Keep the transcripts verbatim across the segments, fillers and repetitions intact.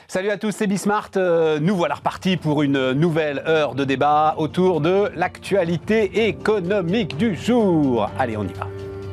Salut à tous, c'est Bismart. Euh, nous voilà repartis pour une nouvelle heure de débat autour de l'actualité économique du jour. Allez, on y va.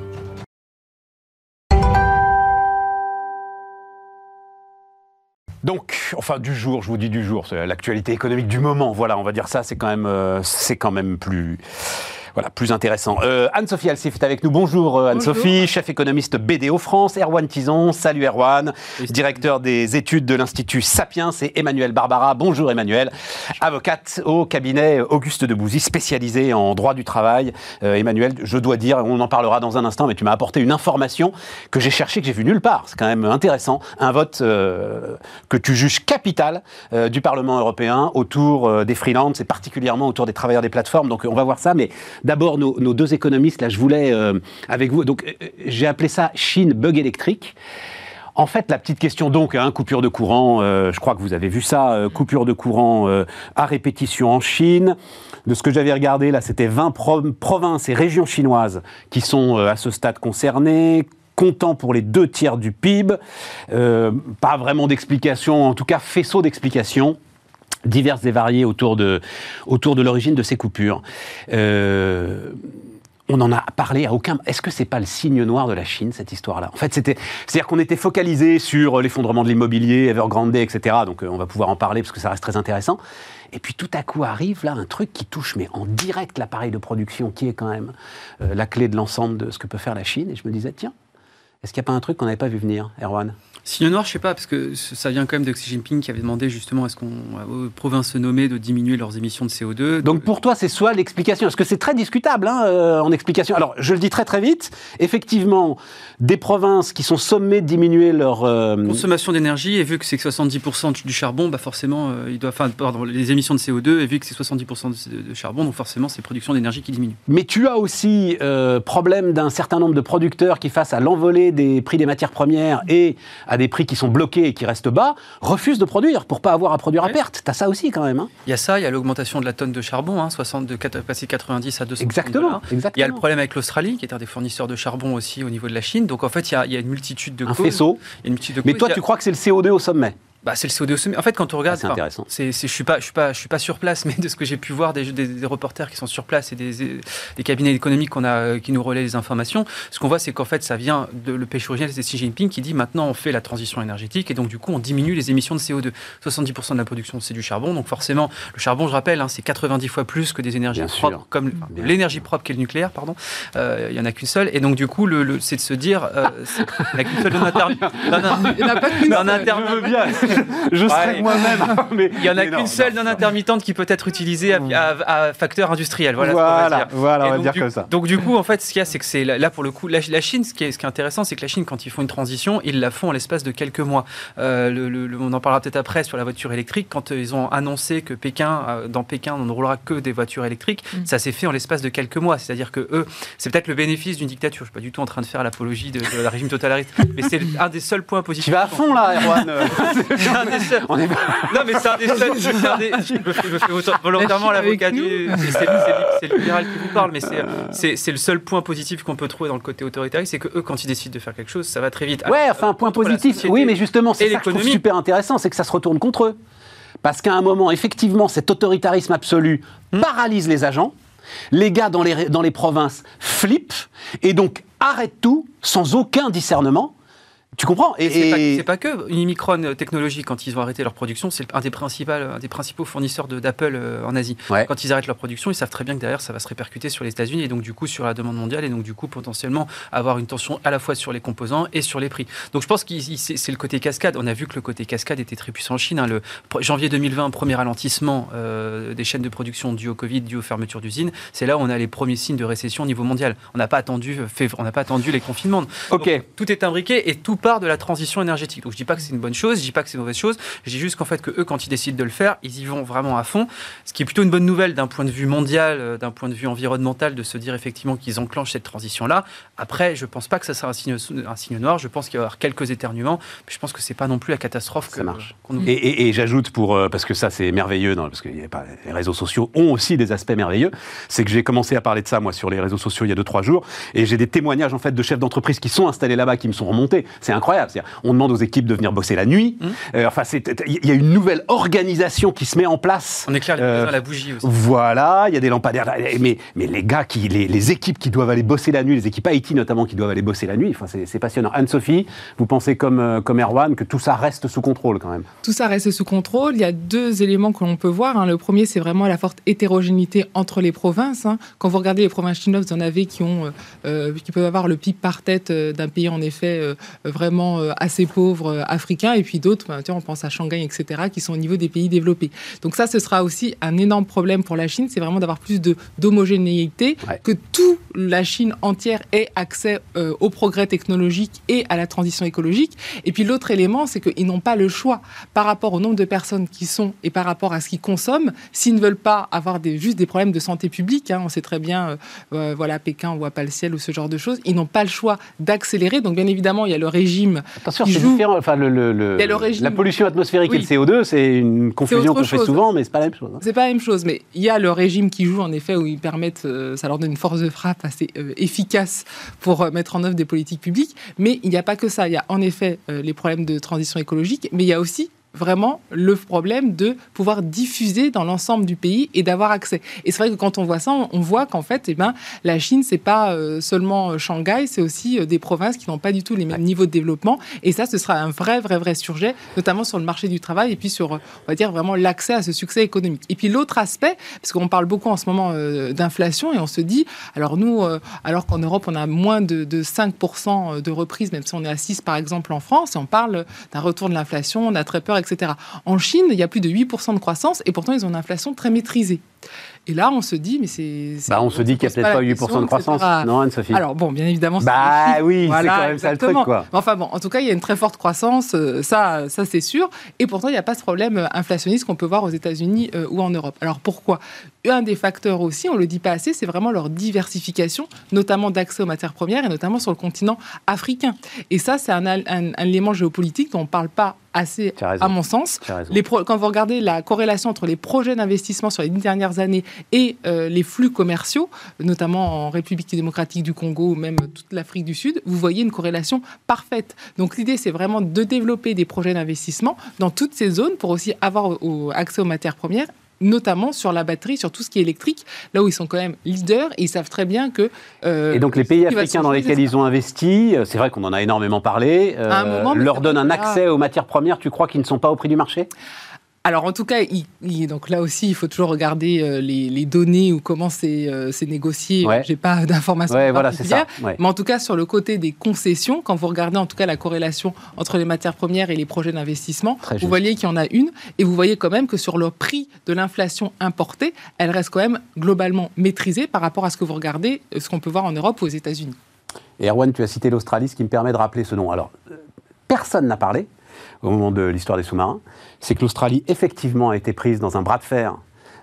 Donc, enfin du jour, je vous dis du jour, c'est l'actualité économique du moment. Voilà, on va dire ça, c'est quand même, euh, c'est quand même plus... Voilà, plus intéressant. Euh, Anne-Sophie Alsif est avec nous. Bonjour euh, Anne-Sophie, chef économiste B D O France. Erwan Tison, salut Erwan, oui, directeur des études de l'Institut Sapiens. Et Emmanuelle Barbara, bonjour Emmanuelle, avocate au cabinet Auguste Debouzy, spécialisée en droit du travail. Euh, Emmanuelle, je dois dire, on en parlera dans un instant, mais tu m'as apporté une information que j'ai cherchée, que j'ai vue nulle part. C'est quand même intéressant. Un vote euh, que tu juges capital euh, du Parlement européen autour euh, des freelances et particulièrement autour des travailleurs des plateformes. Donc on va voir ça, mais d'abord, nos, nos deux économistes, là, je voulais, euh, avec vous, donc euh, j'ai appelé ça Chine bug électrique. En fait, la petite question, donc, hein, coupure de courant, euh, je crois que vous avez vu ça, euh, coupure de courant euh, à répétition en Chine. De ce que j'avais regardé, là, c'était vingt pro- provinces et régions chinoises qui sont euh, à ce stade concernées, comptant pour les deux tiers du P I B. Euh, pas vraiment d'explication, en tout cas, faisceau d'explications diverses et variées autour de, autour de l'origine de ces coupures. Euh, on en a parlé à aucun... Est-ce que c'est pas le signe noir de la Chine, cette histoire-là ? En fait, c'était... C'est-à-dire qu'on était focalisé sur l'effondrement de l'immobilier, Evergrande, et cetera. Donc, euh, on va pouvoir en parler parce que ça reste très intéressant. Et puis, tout à coup, arrive là un truc qui touche, mais en direct, l'appareil de production, qui est quand même euh, la clé de l'ensemble de ce que peut faire la Chine. Et je me disais, tiens, est-ce qu'il n'y a pas un truc qu'on n'avait pas vu venir, Erwan ? Signe noir, je ne sais pas, parce que ça vient quand même de Xi Jinping qui avait demandé justement à ce qu'on, aux provinces nommées de diminuer leurs émissions de C O deux. Donc pour toi, c'est soit l'explication, parce que c'est très discutable hein, euh, en explication. Alors je le dis très très vite, effectivement, des provinces qui sont sommées de diminuer leur... Euh... consommation d'énergie, et vu que c'est soixante-dix pour cent du charbon, bah forcément, euh, il doit, enfin, pardon, les émissions de C O deux, et vu que c'est soixante-dix pour cent de, de charbon, donc forcément, c'est production d'énergie qui diminue. Mais tu as aussi euh, problème d'un certain nombre de producteurs qui, face à l'envolée des prix des matières premières et à des prix qui sont bloqués et qui restent bas, refusent de produire pour pas avoir à produire à perte. T'as ça aussi quand même. Hein. Il y a ça, il y a l'augmentation de la tonne de charbon, hein, soixante, de passer quatre-vingt-dix à deux cents. Exactement, exactement. Il y a le problème avec l'Australie, qui est un des fournisseurs de charbon aussi au niveau de la Chine. Donc en fait, il y a, il y a une multitude de un causes. Faisceau. Il y a une multitude de Mais causes. toi, a... tu crois que c'est le C O deux au sommet ? Bah, c'est le C O deux au sommet. En fait, quand on regarde, ah, c'est intéressant. C'est, c'est, je suis pas, je suis pas, je suis pas sur place, mais de ce que j'ai pu voir des, des, des reporters qui sont sur place et des, des cabinets économiques qu'on a, qui nous relaient les informations, ce qu'on voit, c'est qu'en fait, ça vient de le péché originel, c'est Xi Jinping qui dit maintenant on fait la transition énergétique et donc du coup on diminue les émissions de C O deux. soixante-dix pour cent de la production c'est du charbon, donc forcément le charbon, je rappelle, hein, c'est quatre-vingt-dix fois plus que des énergies Bien propres, sûr. comme Bien l'énergie sûr. propre qu'est le nucléaire, pardon. Euh, il y en a qu'une seule, et donc du coup le, le, c'est de se dire, euh, c'est, il n'y en a qu'une seule non intermittente. bien. Je serais ouais. moi-même. Mais, il n'y en a qu'une non, seule non, non intermittente qui peut être utilisée à, à, à facteur industriel. Voilà, voilà, ce qu'on va dire. Voilà, on va donc, dire du, comme ça. Donc du coup, en fait, ce qu'il y a, c'est que c'est là pour le coup, la, la Chine, ce qui, est, ce qui est intéressant, c'est que la Chine, quand ils font une transition, ils la font en l'espace de quelques mois. Euh, le, le, on en parlera peut-être après sur la voiture électrique. Quand euh, ils ont annoncé que Pékin, euh, dans Pékin, on ne roulera que des voitures électriques, mmh. ça s'est fait en l'espace de quelques mois. C'est-à-dire que eux, c'est peut-être le bénéfice d'une dictature. Je ne suis pas du tout en train de faire l'apologie de, de la régime totalitariste, mais c'est un des seuls points positifs. Tu vas à fond là, Erwan. C'est un des seuls. On est... Non, mais c'est un des seuls. C'est un des... Je me fais, me fais volontairement l'avocat du. C'est, c'est, c'est, c'est le libéral qui vous parle, mais c'est, c'est, c'est le seul point positif qu'on peut trouver dans le côté autoritaire, c'est que eux, quand ils décident de faire quelque chose, ça va très vite. Ouais, enfin, un point positif. Oui, mais justement, c'est ça que je trouve super intéressant, c'est que ça se retourne contre eux. Parce qu'à un moment, effectivement, cet autoritarisme absolu hmm. paralyse les agents. Les gars dans les, dans les provinces flippent et donc arrêtent tout sans aucun discernement. Tu comprends ? Et, et c'est, pas, c'est pas que Unicron Technologies, quand ils ont arrêté leur production, c'est un des principaux, un des principaux fournisseurs de, d'Apple en Asie. Ouais. Quand ils arrêtent leur production, ils savent très bien que derrière, ça va se répercuter sur les États-Unis et donc du coup sur la demande mondiale et donc du coup potentiellement avoir une tension à la fois sur les composants et sur les prix. Donc je pense que c'est, c'est le côté cascade. On a vu que le côté cascade était très puissant en Chine. Hein. Le janvier deux mille vingt, premier ralentissement euh, des chaînes de production dû au Covid, dû aux fermetures d'usines. C'est là où on a les premiers signes de récession au niveau mondial. On n'a pas attendu, fait, on n'a pas attendu les confinements. Okay. Donc, tout est imbriqué et tout part de la transition énergétique. Donc je dis pas que c'est une bonne chose, je dis pas que c'est une mauvaise chose, je dis juste qu'en fait que eux, quand ils décident de le faire, ils y vont vraiment à fond, ce qui est plutôt une bonne nouvelle d'un point de vue mondial, d'un point de vue environnemental, de se dire effectivement qu'ils enclenchent cette transition-là. Après, je pense pas que ça sera un signe, un signe noir, je pense qu'il va y avoir quelques éternuements, mais je pense que c'est pas non plus la catastrophe que, ça marche. Qu'on nous... et, et, et j'ajoute, pour, euh, parce que ça c'est merveilleux, non, parce que y a pas, les réseaux sociaux ont aussi des aspects merveilleux, c'est que j'ai commencé à parler de ça moi sur les réseaux sociaux il y a deux trois jours, et j'ai des témoignages en fait de chefs d'entreprise qui sont installés là-bas, qui me sont remontés. C'est incroyable. C'est-à-dire, on demande aux équipes de venir bosser la nuit. Mmh. Euh, enfin, il y a une nouvelle organisation qui se met en place. On éclaire les euh, maisons à la bougie aussi. Voilà, il y a des lampadaires. Mais, mais les gars, qui, les, les équipes qui doivent aller bosser la nuit, les équipes I T notamment qui doivent aller bosser la nuit, enfin, c'est, c'est passionnant. Anne-Sophie, vous pensez comme, euh, comme Erwan que tout ça reste sous contrôle quand même? Tout ça reste sous contrôle. Il y a deux éléments que l'on peut voir. Hein. Le premier, c'est vraiment la forte hétérogénéité entre les provinces. Hein. Quand vous regardez les provinces chinoises, vous en avez qui, ont, euh, qui peuvent avoir le P I B par tête euh, d'un pays en effet euh, vraiment euh, assez pauvre euh, africain, et puis d'autres, bah, on pense à Shanghai, et cetera, qui sont au niveau des pays développés. Donc ça, ce sera aussi un énorme problème pour la Chine, c'est vraiment d'avoir plus de, d'homogénéité, ouais. que toute la Chine entière ait accès euh, au progrès technologique et à la transition écologique. Et puis l'autre élément, c'est qu'ils n'ont pas le choix par rapport au nombre de personnes qui sont et par rapport à ce qu'ils consomment, s'ils ne veulent pas avoir des, juste des problèmes de santé publique, hein, on sait très bien, euh, euh, voilà, Pékin, on voit pas le ciel ou ce genre de choses, ils n'ont pas le choix d'accélérer. Donc bien évidemment, il y a le régime. Attention, qui c'est joue. différent. Enfin, le, le, le, le régime... La pollution atmosphérique oui. et le C O deux, c'est une confusion qu'on fait souvent, mais c'est pas la même chose. Hein. C'est pas la même chose, mais il y a le régime qui joue en effet, où ils permettent, euh, ça leur donne une force de frappe assez euh, efficace pour euh, mettre en œuvre des politiques publiques. Mais il n'y a pas que ça. Il y a en effet euh, les problèmes de transition écologique, mais il y a aussi vraiment le problème de pouvoir diffuser dans l'ensemble du pays et d'avoir accès. Et c'est vrai que quand on voit ça, on voit qu'en fait, eh ben, la Chine, c'est pas euh, seulement Shanghai, c'est aussi euh, des provinces qui n'ont pas du tout les mêmes niveaux de développement. Et ça, ce sera un vrai, vrai, vrai sujet, notamment sur le marché du travail et puis sur, on va dire, vraiment l'accès à ce succès économique. Et puis l'autre aspect, parce qu'on parle beaucoup en ce moment euh, d'inflation et on se dit, alors nous, euh, alors qu'en Europe, on a moins de, de cinq pour cent de reprise, même si on est à six par exemple en France, et on parle d'un retour de l'inflation, on a très peur, et cetera. En Chine, il y a plus de huit pour cent de croissance et pourtant, ils ont une inflation très maîtrisée. Et là, on se dit, mais c'est... c'est bah, on se dit qu'il n'y a peut-être pas huit pour cent de croissance, et cetera. Non, Anne-Sophie? Alors, bon, bien évidemment... C'est bah oui, voilà, c'est quand même exactement. Ça le truc, quoi. Enfin bon, en tout cas, il y a une très forte croissance, ça, ça c'est sûr. Et pourtant, il n'y a pas ce problème inflationniste qu'on peut voir aux États-Unis euh, ou en Europe. Alors, pourquoi? Un des facteurs aussi, on ne le dit pas assez, c'est vraiment leur diversification, notamment d'accès aux matières premières et notamment sur le continent africain. Et ça, c'est un, un, un élément géopolitique dont on ne parle pas assez, à mon sens. Les pro- quand vous regardez la corrélation entre les projets d'investissement sur les dix dernières années et euh, les flux commerciaux, notamment en République démocratique du Congo ou même toute l'Afrique du Sud, vous voyez une corrélation parfaite. Donc l'idée, c'est vraiment de développer des projets d'investissement dans toutes ces zones pour aussi avoir au, accès aux matières premières, notamment sur la batterie, sur tout ce qui est électrique, là où ils sont quand même leaders, et ils savent très bien que... Euh, et donc les pays africains dans lesquels ils ont investi, c'est vrai qu'on en a énormément parlé, euh, à un moment, leur donnent un accès aux matières premières, tu crois qu'ils ne sont pas au prix du marché ? Alors, en tout cas, il, il, donc là aussi, il faut toujours regarder euh, les, les données ou comment c'est, euh, c'est négocié. Ouais. Je n'ai pas d'informations ouais, particulières. Voilà, c'est ça. Ouais. Mais en tout cas, sur le côté des concessions, quand vous regardez en tout cas la corrélation entre les matières premières et les projets d'investissement, Très vous juste. voyez qu'il y en a une. Et vous voyez quand même que sur le prix de l'inflation importée, elle reste quand même globalement maîtrisée par rapport à ce que vous regardez, ce qu'on peut voir en Europe ou aux États-Unis. Et Erwan, tu as cité l'Australie, ce qui me permet de rappeler ce nom. Alors, personne n'a parlé au moment de l'histoire des sous-marins, c'est que l'Australie, effectivement, a été prise dans un bras de fer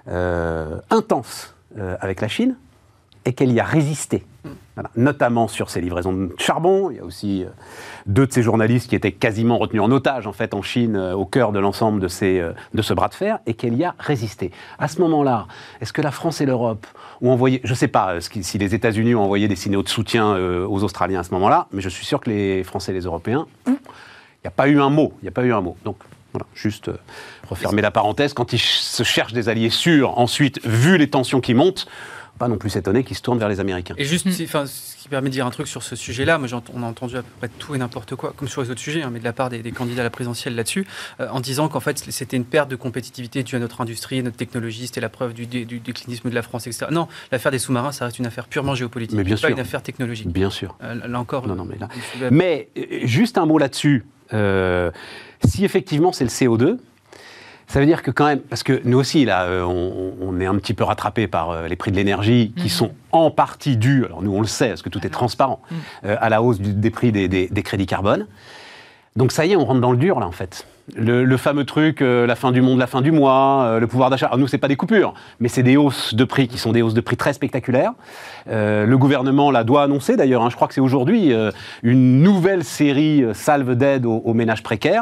euh, intense euh, avec la Chine et qu'elle y a résisté, voilà. Notamment sur ses livraisons de charbon. Il y a aussi euh, deux de ces journalistes qui étaient quasiment retenus en otage, en fait, en Chine, euh, au cœur de l'ensemble de, ces, euh, de ce bras de fer, et qu'elle y a résisté. À ce moment-là, est-ce que la France et l'Europe ont envoyé, je ne sais pas si les États-Unis ont envoyé des signaux de soutien euh, aux Australiens à ce moment-là, mais je suis sûr que les Français et les Européens... Mmh. Il n'y a pas eu un mot, il n'y a pas eu un mot. Donc, voilà, juste euh, refermer la parenthèse. Quand ils ch- se cherchent des alliés sûrs, ensuite, vu les tensions qui montent, pas non plus s'étonner qu'ils se tournent vers les Américains. Et juste, mmh. ce qui permet de dire un truc sur ce sujet-là, moi, on a entendu à peu près tout et n'importe quoi, comme sur les autres sujets, hein, mais de la part des, des candidats à la présidentielle là-dessus, euh, en disant qu'en fait, c'était une perte de compétitivité due à notre industrie, notre technologie, c'était la preuve du, du, du déclinisme de la France, et cetera. Non, l'affaire des sous-marins, ça reste une affaire purement géopolitique, mais bien pas sûr. une affaire technologique. Bien sûr. Euh, là encore... Non, non, mais là... Mais, juste un mot là-dessus. Euh, si effectivement c'est le C O deux, ça veut dire que quand même, parce que nous aussi là, euh, on, on est un petit peu rattrapé par euh, les prix de l'énergie qui mmh. sont en partie dus, alors nous on le sait parce que tout est transparent, mmh. euh, à la hausse du, des prix des, des, des crédits carbone. Donc ça y est, on rentre dans le dur là en fait. Le, le fameux truc, euh, la fin du monde, la fin du mois, euh, le pouvoir d'achat. Alors nous, c'est pas des coupures, mais c'est des hausses de prix qui sont des hausses de prix très spectaculaires. Euh, le gouvernement là doit annoncer d'ailleurs, hein, je crois que c'est aujourd'hui, euh, une nouvelle série euh, salve d'aide aux, aux ménages précaires.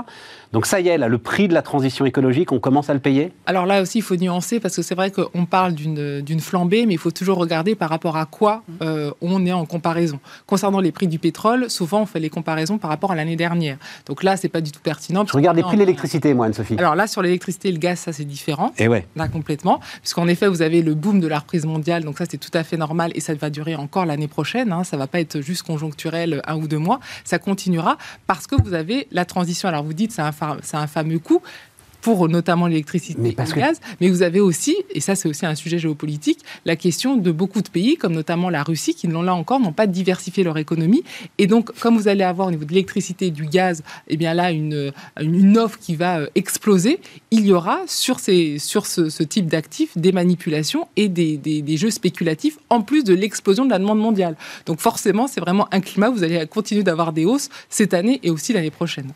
Donc ça y est, là, le prix de la transition écologique, on commence à le payer ? Alors là aussi, il faut nuancer, parce que c'est vrai qu'on parle d'une, d'une flambée, mais il faut toujours regarder par rapport à quoi euh, on est en comparaison. Concernant les prix du pétrole, souvent on fait les comparaisons par rapport à l'année dernière. Donc là, c'est pas du tout pertinent. Je regarde les prix de l'électricité, moi, Anne-Sophie. Alors là, sur l'électricité et le gaz, ça c'est différent. Et ouais. Là, complètement. Puisqu'en effet, vous avez le boom de la reprise mondiale, donc ça c'est tout à fait normal, et ça va durer encore l'année prochaine. Hein. Ça va pas être juste conjoncturel un ou deux mois. Ça continuera parce que vous avez la transition. Alors vous dites, c'est un, fa- c'est un fameux coût pour notamment l'électricité et le gaz, mais vous avez aussi, et ça c'est aussi un sujet géopolitique, la question de beaucoup de pays, comme notamment la Russie, qui là encore n'ont pas diversifié leur économie. Et donc, comme vous allez avoir au niveau de l'électricité et du gaz, eh bien là, une, une offre qui va exploser, il y aura sur, ces, sur ce, ce type d'actifs des manipulations et des, des, des jeux spéculatifs, en plus de l'explosion de la demande mondiale. Donc forcément, c'est vraiment un climat où vous allez continuer d'avoir des hausses cette année et aussi l'année prochaine.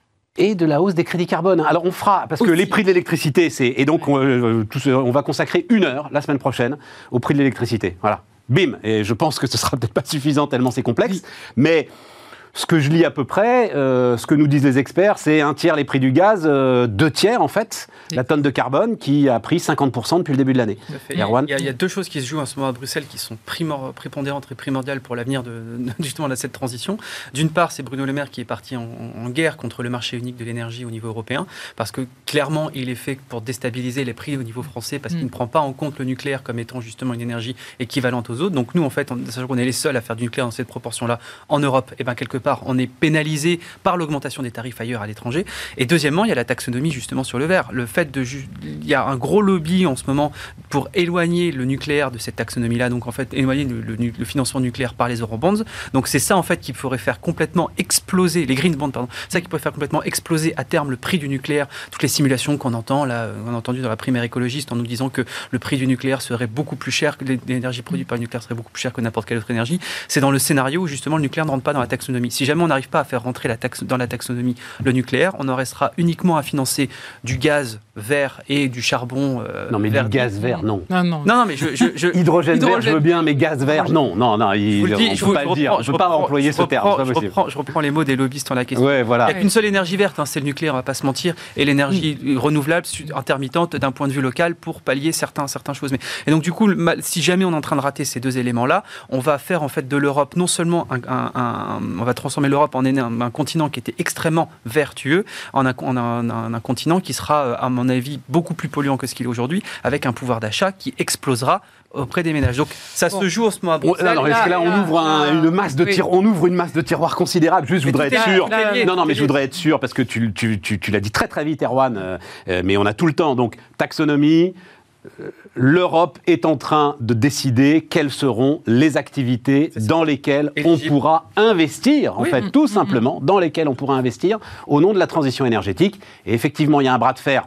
Et de la hausse des crédits carbone. Alors on fera, parce que aussi, les prix de l'électricité, c'est... Et donc on, euh, tout, on va consacrer une heure, la semaine prochaine, au prix de l'électricité. Voilà. Bim. Et je pense que ce sera peut-être pas suffisant tellement c'est complexe. Oui. Mais ce que je lis à peu près, euh, ce que nous disent les experts, c'est un tiers les prix du gaz, euh, deux tiers en fait, oui. la tonne de carbone qui a pris cinquante pour cent depuis le début de l'année. Il y, a, il y a deux choses qui se jouent en ce moment à Bruxelles qui sont primor, prépondérantes et primordiales pour l'avenir de, de, justement de cette transition. D'une part, c'est Bruno Le Maire qui est parti en, en guerre contre le marché unique de l'énergie au niveau européen, parce que clairement, il est fait pour déstabiliser les prix au niveau français, parce mmh. qu'il ne prend pas en compte le nucléaire comme étant justement une énergie équivalente aux autres. Donc nous, en fait, on, sachant qu'on est les seuls à faire du nucléaire dans cette proportion-là en Europe, et bien quelque part, on est pénalisé par l'augmentation des tarifs ailleurs à l'étranger. Et deuxièmement, il y a la taxonomie justement sur le verre. Le fait de, ju- il y a un gros lobby en ce moment pour éloigner le nucléaire de cette taxonomie-là. Donc en fait, éloigner le, le, le financement nucléaire par les eurobonds. Donc c'est ça en fait qui pourrait faire complètement exploser les green bonds, pardon. C'est ça qui pourrait faire complètement exploser à terme le prix du nucléaire. Toutes les simulations qu'on entend là, on a entendu dans la primaire écologiste en nous disant que le prix du nucléaire serait beaucoup plus cher, que l'énergie produite par le nucléaire serait beaucoup plus cher que n'importe quelle autre énergie. C'est dans le scénario où justement le nucléaire ne rentre pas dans la taxonomie. Si jamais on n'arrive pas à faire rentrer la taxe, dans la taxonomie le nucléaire, on en restera uniquement à financer du gaz vert et du charbon euh, non mais vert. Du gaz vert non non non non, non mais je, je, je... hydrogène, hydrogène vert je veux bien mais gaz vert non non non il, je dis, on je peut vous, pas je le dire reprends, je peux pas reprends, employer ce terme reprends, je, reprends, je reprends les mots des lobbyistes en la question. Ouais, voilà. Il n'y a qu'une seule énergie verte, hein, c'est le nucléaire, on va pas se mentir, et l'énergie mmh. renouvelable intermittente d'un point de vue local pour pallier certains certaines choses. Mais et donc du coup, si jamais on est en train de rater ces deux éléments-là, on va faire en fait de l'Europe non seulement un, un, un on va transformer l'Europe en un, un continent qui était extrêmement vertueux, en un, en un, un, un continent qui sera, à mon avis, beaucoup plus polluant que ce qu'il est aujourd'hui, avec un pouvoir d'achat qui explosera auprès des ménages. Donc ça bon. se joue en ce moment à Bruxelles. Non, non, parce que là, on ouvre un, une masse de tir, oui. on ouvre une masse de tiroirs considérable. Juste, je voudrais être sûr. Là, là, non, non, mais je voudrais être sûr parce que tu, tu, tu, tu l'as dit très très vite, Erwan. Euh, mais on a tout le temps. Donc taxonomie. L'Europe est en train de décider quelles seront les activités dans lesquelles on pourra investir, en oui, fait, mmh, tout mmh, simplement, mmh. dans lesquelles on pourra investir au nom de la transition énergétique. Et effectivement, il y a un bras de fer.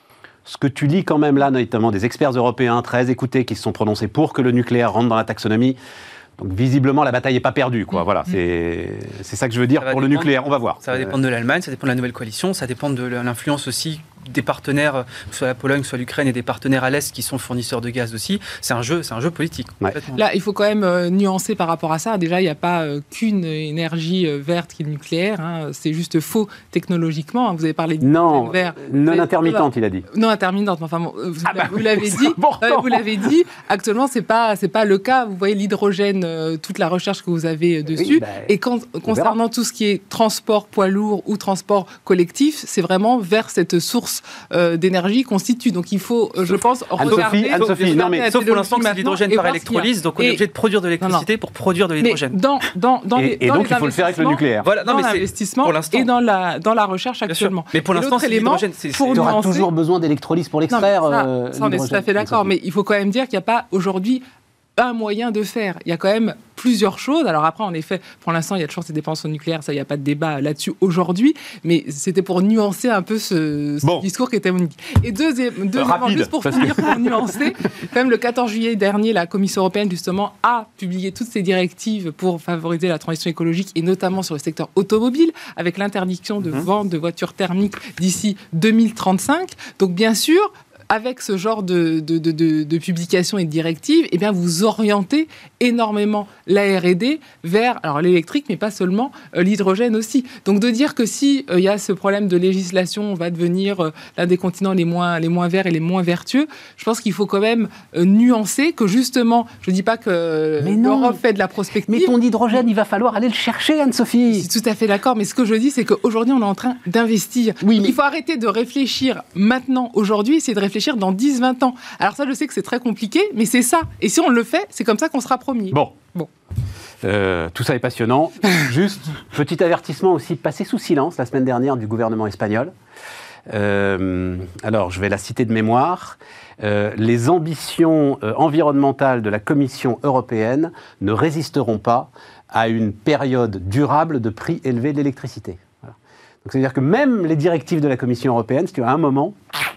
Ce que tu lis quand même là, notamment des experts européens très écoutés qui se sont prononcés pour que le nucléaire rentre dans la taxonomie. Donc visiblement, la bataille n'est pas perdue, quoi. Mmh. Voilà, c'est, c'est ça que je veux dire pour dépendre, le nucléaire. On va voir. Ça va dépendre de l'Allemagne, ça dépend de la nouvelle coalition, ça dépend de l'influence aussi des partenaires, soit la Pologne, soit l'Ukraine, et des partenaires à l'Est qui sont fournisseurs de gaz aussi. C'est un jeu, c'est un jeu politique. Ouais. Là, il faut quand même euh, nuancer par rapport à ça. Déjà, il n'y a pas euh, qu'une énergie euh, verte qui est le nucléaire. Hein. C'est juste faux technologiquement. Hein. Vous avez parlé de non, vert. non avez... intermittente, il a dit. Non intermittente. Enfin, bon, vous, ah bah, vous oui, l'avez dit. Euh, vous l'avez dit. Actuellement, c'est pas, c'est pas le cas. Vous voyez l'hydrogène, euh, toute la recherche que vous avez dessus. Oui, bah, et quand, concernant tout ce qui est transport poids lourd ou transport collectif, c'est vraiment vers cette source euh, d'énergie constitue. Donc il faut, euh, je pense, regarder... Anne-Sophie, non mais... Sauf pour l'instant que c'est l'hydrogène par électrolyse, donc on est obligé de produire de l'électricité non, non. pour produire de l'hydrogène. Mais dans, dans, dans et, les, et dans donc les il faut le faire avec le nucléaire. Voilà, non, dans mais l'investissement pour l'instant. Et dans la, dans la recherche actuellement. Mais pour l'instant, c'est l'hydrogène. Tu auras toujours besoin d'électrolyse pour l'extraire. Non, ça, euh, ça on est tout à fait d'accord, mais il faut quand même dire qu'il n'y a pas aujourd'hui un moyen de faire. Il y a quand même plusieurs choses. Alors après, en effet, pour l'instant, il y a toujours ces dépenses nucléaires, ça, il n'y a pas de débat là-dessus aujourd'hui, mais c'était pour nuancer un peu ce, ce bon. discours qui était unique. Et deuxième, deuxièmement, juste pour finir, pour nuancer, quand même, le quatorze juillet dernier, la Commission européenne, justement, a publié toutes ces directives pour favoriser la transition écologique, et notamment sur le secteur automobile, avec l'interdiction de mmh. vente de voitures thermiques d'ici deux mille trente-cinq. Donc, bien sûr, avec ce genre de, de, de, de, de publications et de directives, eh bien, vous orientez énormément la R et D vers alors, l'électrique, mais pas seulement, euh, l'hydrogène aussi. Donc de dire que si il euh, y a ce problème de législation, on va devenir euh, l'un des continents les moins, les moins verts et les moins vertueux, je pense qu'il faut quand même euh, nuancer que justement, je ne dis pas que l'Europe fait de la prospective. Mais ton hydrogène, il va falloir aller le chercher, Anne-Sophie. Je suis tout à fait d'accord, mais ce que je dis, c'est qu'aujourd'hui, on est en train d'investir. Oui, mais... Il faut arrêter de réfléchir maintenant, aujourd'hui, essayer de réfléchir dans dix vingt ans. Alors ça, je sais que c'est très compliqué, mais c'est ça. Et si on le fait, c'est comme ça qu'on sera premier. Bon. Bon. Euh, tout ça est passionnant. Juste, petit avertissement aussi, passé sous silence la semaine dernière du gouvernement espagnol. Euh, alors, je vais la citer de mémoire. Euh, les ambitions euh, environnementales de la Commission européenne ne résisteront pas à une période durable de prix élevés de l'électricité. Voilà. Donc, c'est-à-dire que même les directives de la Commission européenne, si tu as un moment,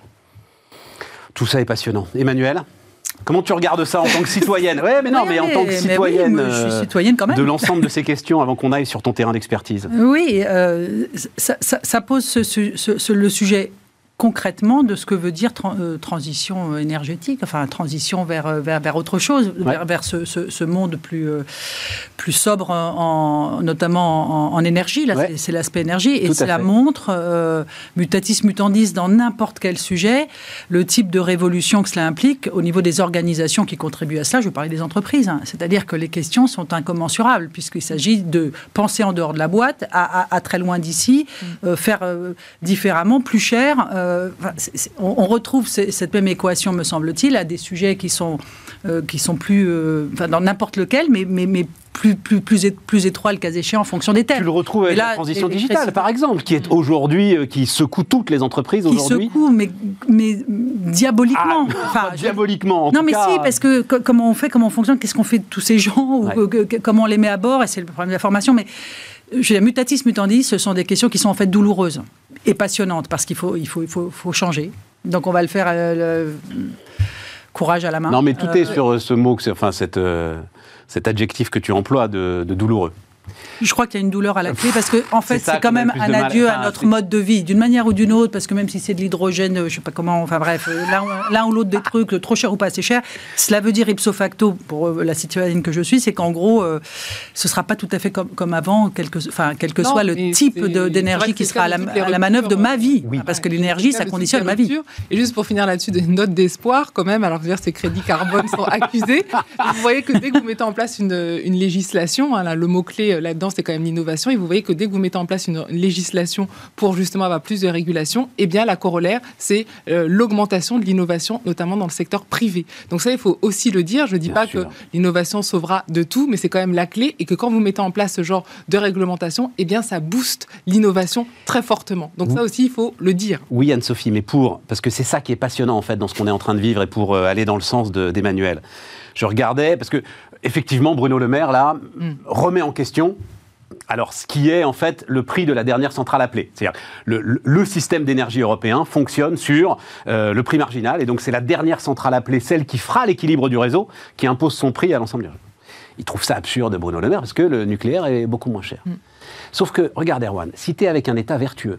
tout ça est passionnant. Emmanuel ? Comment tu regardes ça en tant que citoyenne ? Oui, mais non, oui, mais, mais en tant que citoyenne, oui, je suis citoyenne quand même. De l'ensemble de ces questions avant qu'on aille sur ton terrain d'expertise. Oui, euh, ça, ça, ça pose ce, ce, ce, le sujet concrètement de ce que veut dire tra- euh, transition énergétique, enfin transition vers, vers, vers autre chose, ouais. vers, vers ce, ce, ce monde plus, euh, plus sobre, en, notamment en, en énergie. Là, ouais. c'est, c'est l'aspect énergie. Et cela montre, euh, mutatis mutandis, dans n'importe quel sujet, le type de révolution que cela implique au niveau des organisations qui contribuent à cela. Je veux parler des entreprises. Hein. C'est-à-dire que les questions sont incommensurables, puisqu'il s'agit de penser en dehors de la boîte, à, à, à très loin d'ici, mmh. euh, faire euh, différemment, plus cher. Euh, Enfin, c'est, c'est, on, on retrouve ces, cette même équation, me semble-t-il, à des sujets qui sont, euh, qui sont plus... Euh, enfin, dans n'importe lequel, mais, mais, mais plus, plus, plus, plus étroit, le cas échéant, en fonction des thèmes. Tu le retrouves avec là, la transition digitale, par exemple, qui est aujourd'hui, euh, qui secoue toutes les entreprises qui aujourd'hui. Qui secoue, mais, mais diaboliquement. Ah, enfin, je... Diaboliquement, en Non, tout mais cas... si, parce que co- comment on fait, comment on fonctionne, qu'est-ce qu'on fait de tous ces gens, ouais. ou, que, que, comment on les met à bord, et c'est le problème de la formation, mais... Je dis, mutatis mutandis, ce sont des questions qui sont en fait douloureuses et passionnantes parce qu'il faut, il faut, il faut, faut changer. Donc on va le faire, euh, le... courage à la main. Non, mais tout euh, est sur ce mot, enfin cette, euh, cet adjectif que tu emploies de, de douloureux. Je crois qu'il y a une douleur à la clé parce que en fait c'est, c'est quand même un adieu enfin, à notre c'est... mode de vie d'une manière ou d'une autre, parce que même si c'est de l'hydrogène, je sais pas comment, enfin bref, l'un, l'un ou l'autre des trucs, trop cher ou pas assez cher, cela veut dire ipso facto pour la citoyenne que je suis, c'est qu'en gros euh, ce sera pas tout à fait comme, comme avant, quel que, enfin, quel que non, soit le type de, d'énergie qui sera à la, à la manœuvre de ma vie, oui. parce que l'énergie ça conditionne ma vie. Et juste pour finir là-dessus, une note d'espoir quand même, alors je veux dire ces crédits carbone sont accusés, vous voyez que dès que vous mettez en place une, une législation, hein, là, le mot-clé là-dedans c'est quand même l'innovation, et vous voyez que dès que vous mettez en place une, une législation pour justement avoir plus de régulation, eh bien la corollaire, c'est euh, l'augmentation de l'innovation, notamment dans le secteur privé. Donc ça, il faut aussi le dire. Je ne dis bien pas sûr. que l'innovation sauvera de tout, mais c'est quand même la clé, et que quand vous mettez en place ce genre de réglementation, eh bien ça booste l'innovation très fortement. Donc oui. ça aussi, il faut le dire. Oui, Anne-Sophie, mais pour, parce que c'est ça qui est passionnant en fait dans ce qu'on est en train de vivre, et pour euh, aller dans le sens de, d'Emmanuel. Je regardais, parce que effectivement, Bruno Le Maire, là, mm. remet en question alors, ce qui est en fait le prix de la dernière centrale appelée. C'est-à-dire le, le, le système d'énergie européen fonctionne sur euh, le prix marginal, et donc c'est la dernière centrale appelée, celle qui fera l'équilibre du réseau, qui impose son prix à l'ensemble du réseau. Il trouve ça absurde, Bruno Le Maire, parce que le nucléaire est beaucoup moins cher. Mm. Sauf que, regarde Erwan, si tu es avec un État vertueux,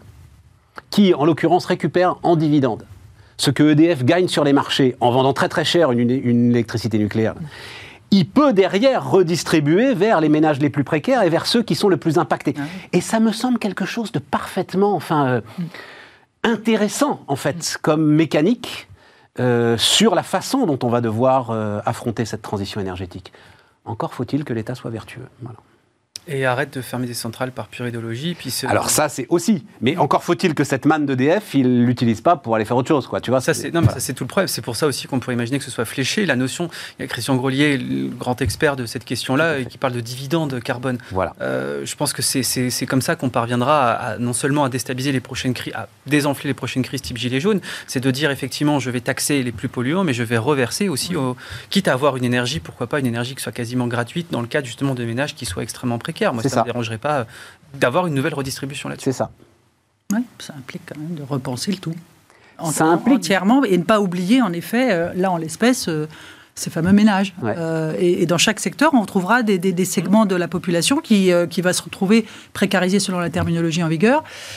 qui en l'occurrence récupère en dividendes ce que E D F gagne sur les marchés en vendant très très cher une, une électricité nucléaire, mm. il peut derrière redistribuer vers les ménages les plus précaires et vers ceux qui sont le plus impactés. Ah oui. Et ça me semble quelque chose de parfaitement enfin, euh, mm. intéressant, en fait, mm. comme mécanique euh, sur la façon dont on va devoir euh, affronter cette transition énergétique. Encore faut-il que l'État soit vertueux. Voilà. Et arrête de fermer des centrales par pure idéologie. Puis c'est... Alors ça, c'est aussi. Mais encore faut-il que cette manne d'E D F, il ne l'utilise pas pour aller faire autre chose, quoi. Tu vois, ça, c'est... Non, mais ça, c'est tout le problème. C'est pour ça aussi qu'on pourrait imaginer que ce soit fléché. La notion, il y a Christian Grelier, le grand expert de cette question-là, qui parle de dividendes carbone. Voilà. Euh, je pense que c'est, c'est, c'est comme ça qu'on parviendra à, à, non seulement à déstabiliser les prochaines crises, à désenfler les prochaines crises type gilet jaune, c'est de dire effectivement, je vais taxer les plus polluants, mais je vais reverser aussi, oui. au... quitte à avoir une énergie, pourquoi pas une énergie qui soit quasiment gratuite dans le cadre justement de ménages qui soient extrêmement précaires. Moi, c'est ça, ça. me dérangerait pas d'avoir une nouvelle redistribution là-dessus. C'est ça. Oui, ça implique quand même de repenser le tout. En, ça implique entièrement, et ne pas oublier, en effet, euh, là, en l'espèce, euh, ces fameux ménages. Ouais. Euh, et, et dans chaque secteur, on trouvera des, des, des segments de la population qui, euh, qui va se retrouver précarisés selon la terminologie en vigueur.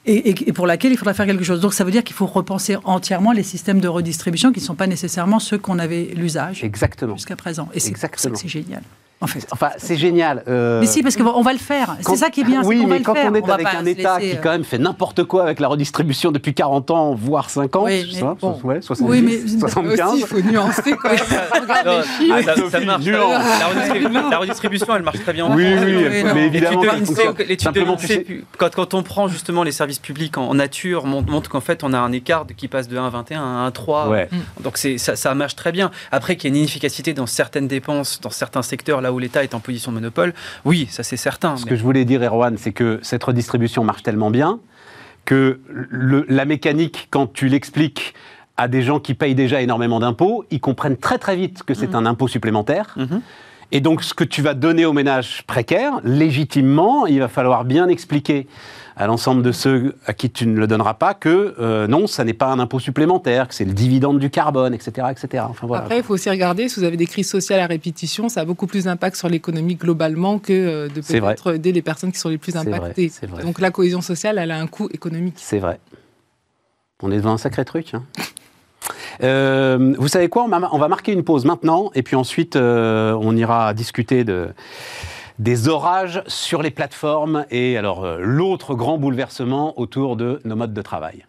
Et, et, et pour laquelle il faudra faire quelque chose. Donc ça veut dire qu'il faut repenser entièrement les systèmes de redistribution qui ne sont pas nécessairement ceux qu'on avait l'usage Exactement. jusqu'à présent. Et c'est Exactement. ça que c'est génial. En fait. Enfin, c'est génial. Euh... Mais si, parce qu'on va le faire. Quand... C'est ça qui est bien. Oui, c'est mais va quand le faire. on est on avec un État laisser... qui, quand même, fait n'importe quoi avec la redistribution depuis quarante ans, voire cinquante, oui, mais... ça, bon. ouais, soixante-dix, oui, mais... soixante-quinze. Aussi, il faut nuancer quand même. Non, ah, ça, ça marche. La, redistribution, la redistribution, elle marche très bien. Oui, oui, oui, oui, mais évidemment, l'étude de l'INSEE, quand, quand on prend justement les services publics en, en nature, montre, montre qu'en fait, on a un écart qui passe de un virgule vingt et un à un virgule trois. Ouais. Donc c'est, ça, ça marche très bien. Après, qu'il y ait une inefficacité dans certaines dépenses, dans certains secteurs, là où l'État est en position de monopole, oui, ça c'est certain. Ce mais... que je voulais dire, Erwan, c'est que cette redistribution marche tellement bien que le, la mécanique, quand tu l'expliques à des gens qui payent déjà énormément d'impôts, ils comprennent très très vite que c'est mmh. un impôt supplémentaire. Mmh. Et donc, ce que tu vas donner aux ménages précaires, légitimement, il va falloir bien expliquer à l'ensemble de ceux à qui tu ne le donneras pas que euh, non, ça n'est pas un impôt supplémentaire, que c'est le dividende du carbone, et cetera, et cetera. Enfin, voilà. Après, il faut aussi regarder, si vous avez des crises sociales à répétition, ça a beaucoup plus d'impact sur l'économie globalement que euh, de peut-être aider les personnes qui sont les plus impactées. C'est vrai, c'est vrai. Donc la cohésion sociale, elle a un coût économique. C'est vrai. On est devant un sacré truc, hein. Euh, vous savez quoi, on, on va marquer une pause maintenant, et puis ensuite, euh, on ira discuter de... des orages sur les plateformes et alors euh, l'autre grand bouleversement autour de nos modes de travail.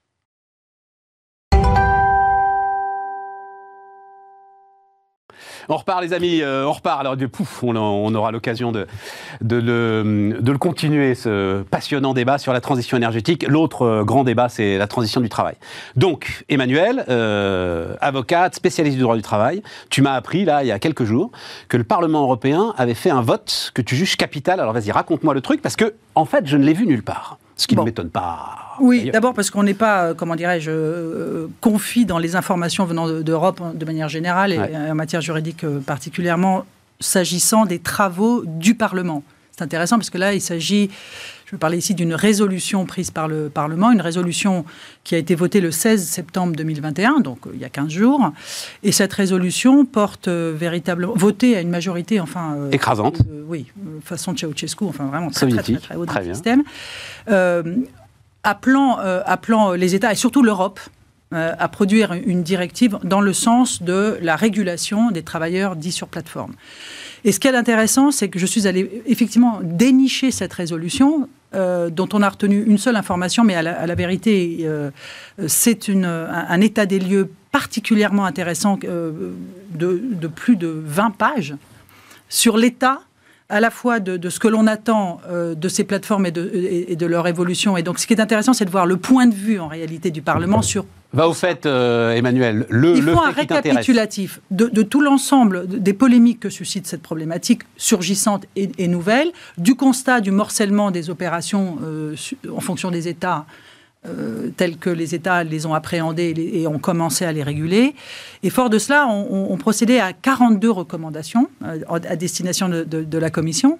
On repart les amis, euh, on repart. Alors du pouf, on, on aura l'occasion de, de, le, de le continuer, ce passionnant débat sur la transition énergétique. L'autre euh, grand débat, c'est la transition du travail. Donc, Emmanuel, euh, avocate, spécialiste du droit du travail, tu m'as appris, là, il y a quelques jours, que le Parlement européen avait fait un vote que tu juges capital. Alors vas-y, raconte-moi le truc, parce que, en fait, je ne l'ai vu nulle part. Ce qui bon. ne m'étonne pas. Oui, d'ailleurs. D'abord parce qu'on n'est pas, comment dirais-je, euh, confit dans les informations venant de, d'Europe de manière générale et ouais. en matière juridique particulièrement, s'agissant des travaux du Parlement. C'est intéressant parce que là, il s'agit, je veux parler ici d'une résolution prise par le Parlement, une résolution qui a été votée le seize septembre deux mille vingt et un, donc il y a quinze jours. Et cette résolution porte euh, véritablement, votée à une majorité, enfin... Euh, écrasante. Euh, oui, façon Ceausescu, enfin vraiment très, très, très, très, très haut dans le système. Euh, appelant, euh, appelant les États, et surtout l'Europe, euh, à produire une directive dans le sens de la régulation des travailleurs dits sur plateforme. Et ce qui est intéressant, c'est que je suis allée effectivement dénicher cette résolution, euh, dont on a retenu une seule information, mais à la, à la vérité, euh, c'est une, un, un état des lieux particulièrement intéressant euh, de, de plus de vingt pages sur l'état à la fois de, de ce que l'on attend euh, de ces plateformes et de, et, et de leur évolution. Et donc, ce qui est intéressant, c'est de voir le point de vue, en réalité, du Parlement sur... Va au fait, euh, Emmanuel, le, Il le faut fait un récapitulatif de, de tout l'ensemble des polémiques que suscite cette problématique surgissante et, et nouvelle, du constat du morcellement des opérations euh, en fonction des États, Euh, tels que les États les ont appréhendés et, les, et ont commencé à les réguler. Et fort de cela, on, on, on procédait à quarante-deux recommandations euh, à destination de, de, de la Commission.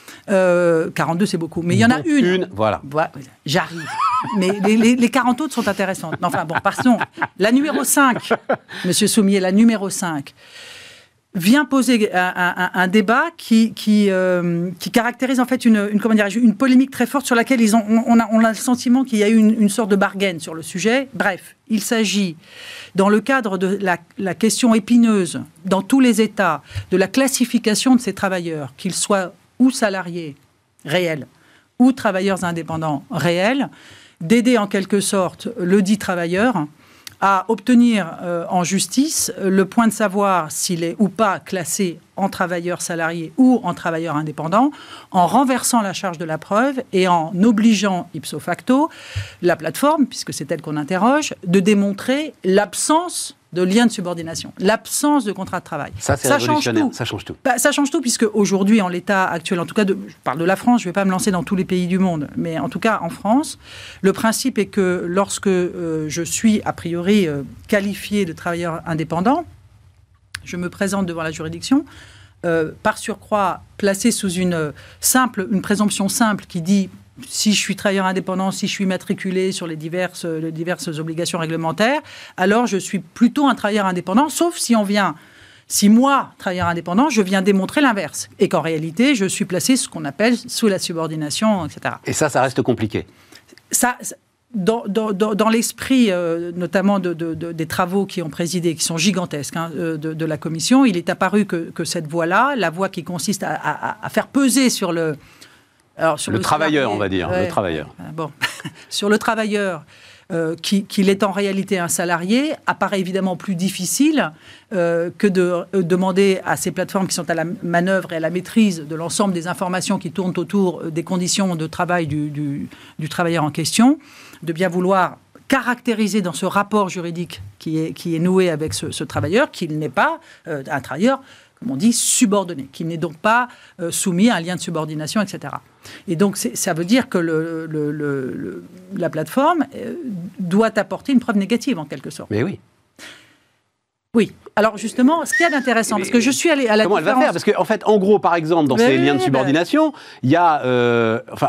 Euh, quarante-deux, c'est beaucoup. Mais il y en a une. Une, voilà. voilà j'arrive. Mais les, les, les quarante autres sont intéressantes. Enfin bon, passons. La numéro cinq, Monsieur Soumier, la numéro cinq, vient poser un, un, un débat qui, qui, euh, qui caractérise en fait une, une, comment dirais-je, une polémique très forte sur laquelle ils ont, on, a, on a le sentiment qu'il y a eu une, une sorte de bargain sur le sujet. Bref, il s'agit, dans le cadre de la, la question épineuse dans tous les États, de la classification de ces travailleurs, qu'ils soient ou salariés réels ou travailleurs indépendants réels, d'aider en quelque sorte le dit travailleur à obtenir euh, en justice le point de savoir s'il est ou pas classé en travailleur salarié ou en travailleur indépendant, en renversant la charge de la preuve et en obligeant ipso facto la plateforme, puisque c'est elle qu'on interroge, de démontrer l'absence de lien de subordination, l'absence de contrat de travail. Ça, c'est ça révolutionnaire, change tout. ça change tout. Bah, ça change tout, puisque aujourd'hui, en l'état actuel, en tout cas, de, je parle de la France, je ne vais pas me lancer dans tous les pays du monde, mais en tout cas, en France, le principe est que lorsque euh, je suis, a priori, euh, qualifié de travailleur indépendant, je me présente devant la juridiction, euh, par surcroît, placé sous une, simple, une présomption simple qui dit... Si je suis travailleur indépendant, si je suis matriculé sur les diverses, les diverses obligations réglementaires, alors je suis plutôt un travailleur indépendant, sauf si on vient, si moi, travailleur indépendant, je viens démontrer l'inverse. Et qu'en réalité, je suis placé ce qu'on appelle sous la subordination, et cetera. Et ça, ça reste compliqué. ça, dans, dans, dans l'esprit, euh, notamment de, de, de, des travaux qui ont présidé, qui sont gigantesques, hein, de, de la Commission, il est apparu que, que cette voie-là, la voie qui consiste à, à, à faire peser sur le... Alors, sur le, le travailleur, salarié, on va dire, ouais, le travailleur. Bon, sur le travailleur, euh, qui, qu'il est en réalité un salarié, apparaît évidemment plus difficile euh, que de euh, demander à ces plateformes qui sont à la manœuvre et à la maîtrise de l'ensemble des informations qui tournent autour des conditions de travail du, du, du travailleur en question, de bien vouloir caractériser dans ce rapport juridique qui est, qui est noué avec ce, ce travailleur qu'il n'est pas euh, un travailleur, comme on dit, subordonné, qui n'est donc pas euh, soumis à un lien de subordination, et cetera. Et donc, c'est, ça veut dire que le, le, le, le, la plateforme euh, doit apporter une preuve négative, en quelque sorte. Mais oui. Oui. Alors, justement, ce qu'il y a d'intéressant, parce que je suis allée à la Comment différence... elle va faire ? Parce qu'en en fait, en gros, par exemple, dans mais ces oui, liens de subordination, il ben... y a... Euh, enfin,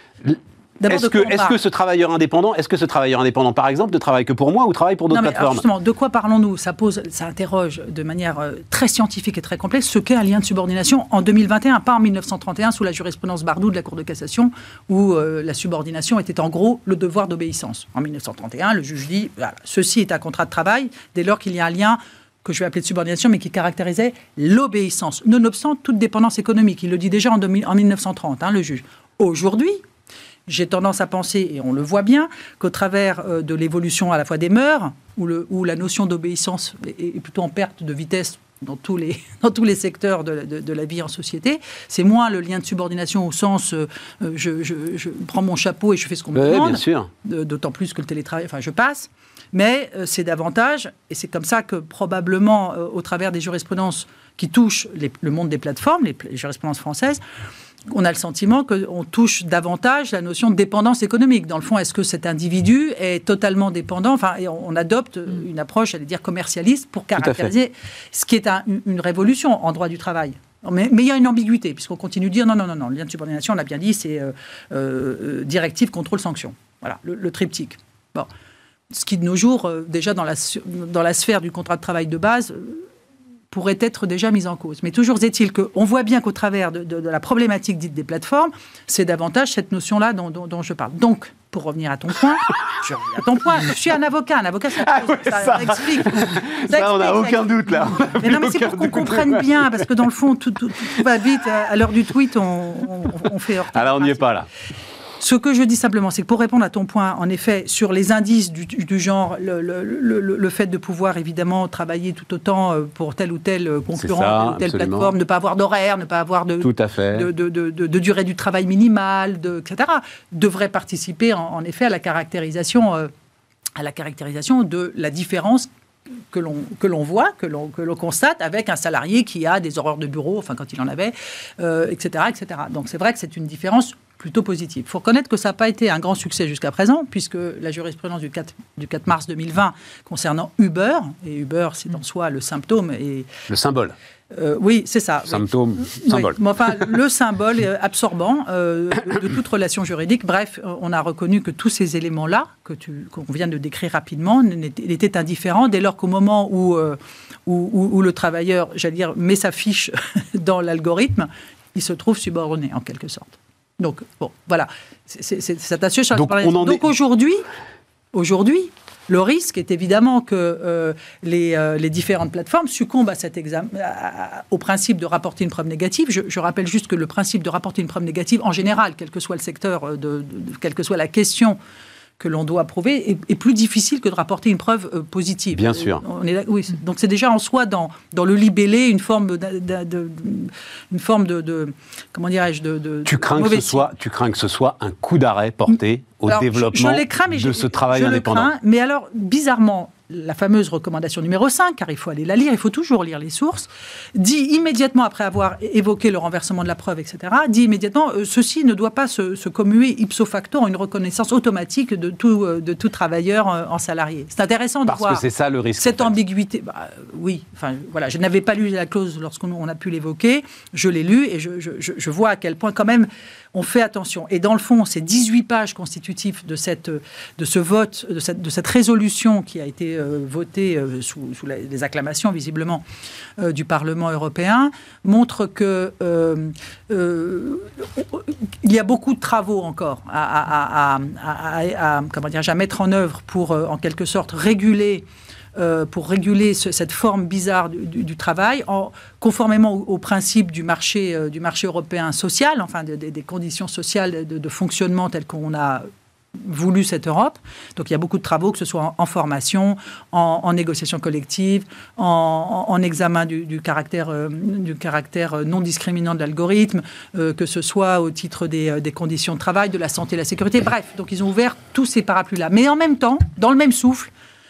Est-ce que, est-ce que ce travailleur indépendant, est-ce que ce travailleur indépendant, par exemple, ne travaille que pour moi ou travaille pour d'autres non, mais plateformes ? Alors justement, de quoi parlons-nous ? Ça pose, ça interroge de manière euh, très scientifique et très complexe ce qu'est un lien de subordination en deux mille vingt et un, pas en mille neuf cent trente et un sous la jurisprudence Bardou de la Cour de cassation où euh, la subordination était en gros le devoir d'obéissance. En mille neuf cent trente et un, le juge dit voilà, ceci est un contrat de travail dès lors qu'il y a un lien que je vais appeler de subordination, mais qui caractérisait l'obéissance, nonobstant toute dépendance économique. Il le dit déjà en, deux mille, en mille neuf cent trente, hein, le juge. Aujourd'hui, j'ai tendance à penser, et on le voit bien, qu'au travers euh, de l'évolution à la fois des mœurs, où, le, où la notion d'obéissance est, est plutôt en perte de vitesse dans tous les, dans tous les secteurs de, de, de la vie en société, c'est moins le lien de subordination au sens euh, je, je, je prends mon chapeau et je fais ce qu'on me oui, demande, bien sûr. De, d'autant plus que le télétravail, enfin je passe, mais euh, c'est davantage, et c'est comme ça que probablement euh, au travers des jurisprudences qui touchent les, le monde des plateformes, les, les jurisprudences françaises, on a le sentiment qu'on touche davantage la notion de dépendance économique. Dans le fond, est-ce que cet individu est totalement dépendant ? Enfin, on adopte une approche, j'allais dire, commercialiste pour caractériser ce qui est un, une révolution en droit du travail. Mais, mais il y a une ambiguïté, puisqu'on continue de dire non, non, non, non, le lien de subordination, on l'a bien dit, c'est euh, euh, directive, contrôle, sanction. Voilà, le, le triptyque. Bon. Ce qui, de nos jours, euh, déjà dans la, dans la sphère du contrat de travail de base, euh, pourrait être déjà mise en cause. Mais toujours est-il qu'on voit bien qu'au travers de, de, de la problématique dite des plateformes, c'est davantage cette notion-là dont, dont, dont je parle. Donc, pour revenir à ton point, je reviens à ton point, je suis un avocat. Un avocat, ça, ah ouais, ça, ça, ça explique. Ça, ça explique, on n'a aucun doute, là. Mais non, mais c'est pour qu'on comprenne bien, parce que dans le fond, tout, tout, tout va vite. À l'heure du tweet, on, on, on fait... Ah là, on n'y est pas, là. Ce que je dis simplement, c'est que pour répondre à ton point, en effet, sur les indices du, du genre, le, le, le, le fait de pouvoir évidemment travailler tout autant pour tel ou tel concurrent, ça, telle ou telle absolument. plateforme, ne pas avoir d'horaire, ne pas avoir de, tout à fait. de, de, de, de, de durée du travail minimale, de, et cetera, devrait participer en, en effet à la caractérisation, euh, à la caractérisation de la différence que l'on, que l'on voit, que l'on, que l'on constate avec un salarié qui a des horaires de bureau, enfin quand il en avait, euh, et cetera, et cetera. Donc c'est vrai que c'est une différence plutôt positive. Il faut reconnaître que ça n'a pas été un grand succès jusqu'à présent, puisque la jurisprudence du quatre, du quatre mars deux mille vingt concernant Uber, et Uber c'est en soi le symptôme et... Le symbole. Euh, oui, c'est ça. Symptôme, oui. symbole. Oui. Mais enfin, le symbole absorbant euh, de, de toute relation juridique. Bref, on a reconnu que tous ces éléments-là, que tu, qu'on vient de décrire rapidement, étaient indifférents dès lors qu'au moment où, euh, où, où, où le travailleur, j'allais dire, met sa fiche dans l'algorithme, il se trouve subordonné, en quelque sorte. Donc, bon, voilà. C'est, c'est, c'est assez cher. Donc, on en Donc est... aujourd'hui, aujourd'hui, le risque est évidemment que euh, les, euh, les différentes plateformes succombent à cet examen, à, à, au principe de rapporter une preuve négative. Je, je rappelle juste que le principe de rapporter une preuve négative, en général, quel que soit le secteur, de, de, de, quelle que soit la question que l'on doit prouver, est, est plus difficile que de rapporter une preuve euh, positive. Bien sûr. On est, oui, donc c'est déjà en soi, dans, dans le libellé, une forme de... de, de une forme de, de... Comment dirais-je de, de, tu, crains que ce soit, tu crains que ce soit un coup d'arrêt porté au alors, développement je, je crains, mais de ce travail je indépendant. Le crains, mais alors, bizarrement, la fameuse recommandation numéro cinq, car il faut aller la lire, il faut toujours lire les sources, dit immédiatement, après avoir évoqué le renversement de la preuve, et cetera, dit immédiatement, euh, ceci ne doit pas se, se commuer ipso facto en une reconnaissance automatique de tout, euh, de tout travailleur euh, en salarié. C'est intéressant de Parce voir que c'est ça le risque, cette en fait. ambiguïté. Bah, euh, oui, enfin, voilà, je n'avais pas lu la clause lorsqu'on on a pu l'évoquer, je l'ai lu et je, je, je vois à quel point quand même on fait attention. Et dans le fond, ces dix-huit pages constitutives de, cette, de ce vote, de cette, de cette résolution qui a été euh, voté euh, sous, sous la, les acclamations, visiblement, euh, du Parlement européen, montre que euh, euh, il y a beaucoup de travaux encore à, à, à, à, à, à, comment dire, à mettre en œuvre pour, euh, en quelque sorte, réguler Euh, pour réguler ce, cette forme bizarre du, du, du travail, en, conformément au, au principe du marché, euh, du marché européen social, enfin de, de, des conditions sociales de, de fonctionnement telles qu'on a voulu cette Europe. Donc il y a beaucoup de travaux, que ce soit en, en formation, en, en négociation collective, en, en, en examen du, du, caractère, euh, du caractère non discriminant de l'algorithme, euh, que ce soit au titre des, des conditions de travail, de la santé, de la sécurité. Bref, donc ils ont ouvert tous ces parapluies-là. Mais en même temps, dans le même souffle,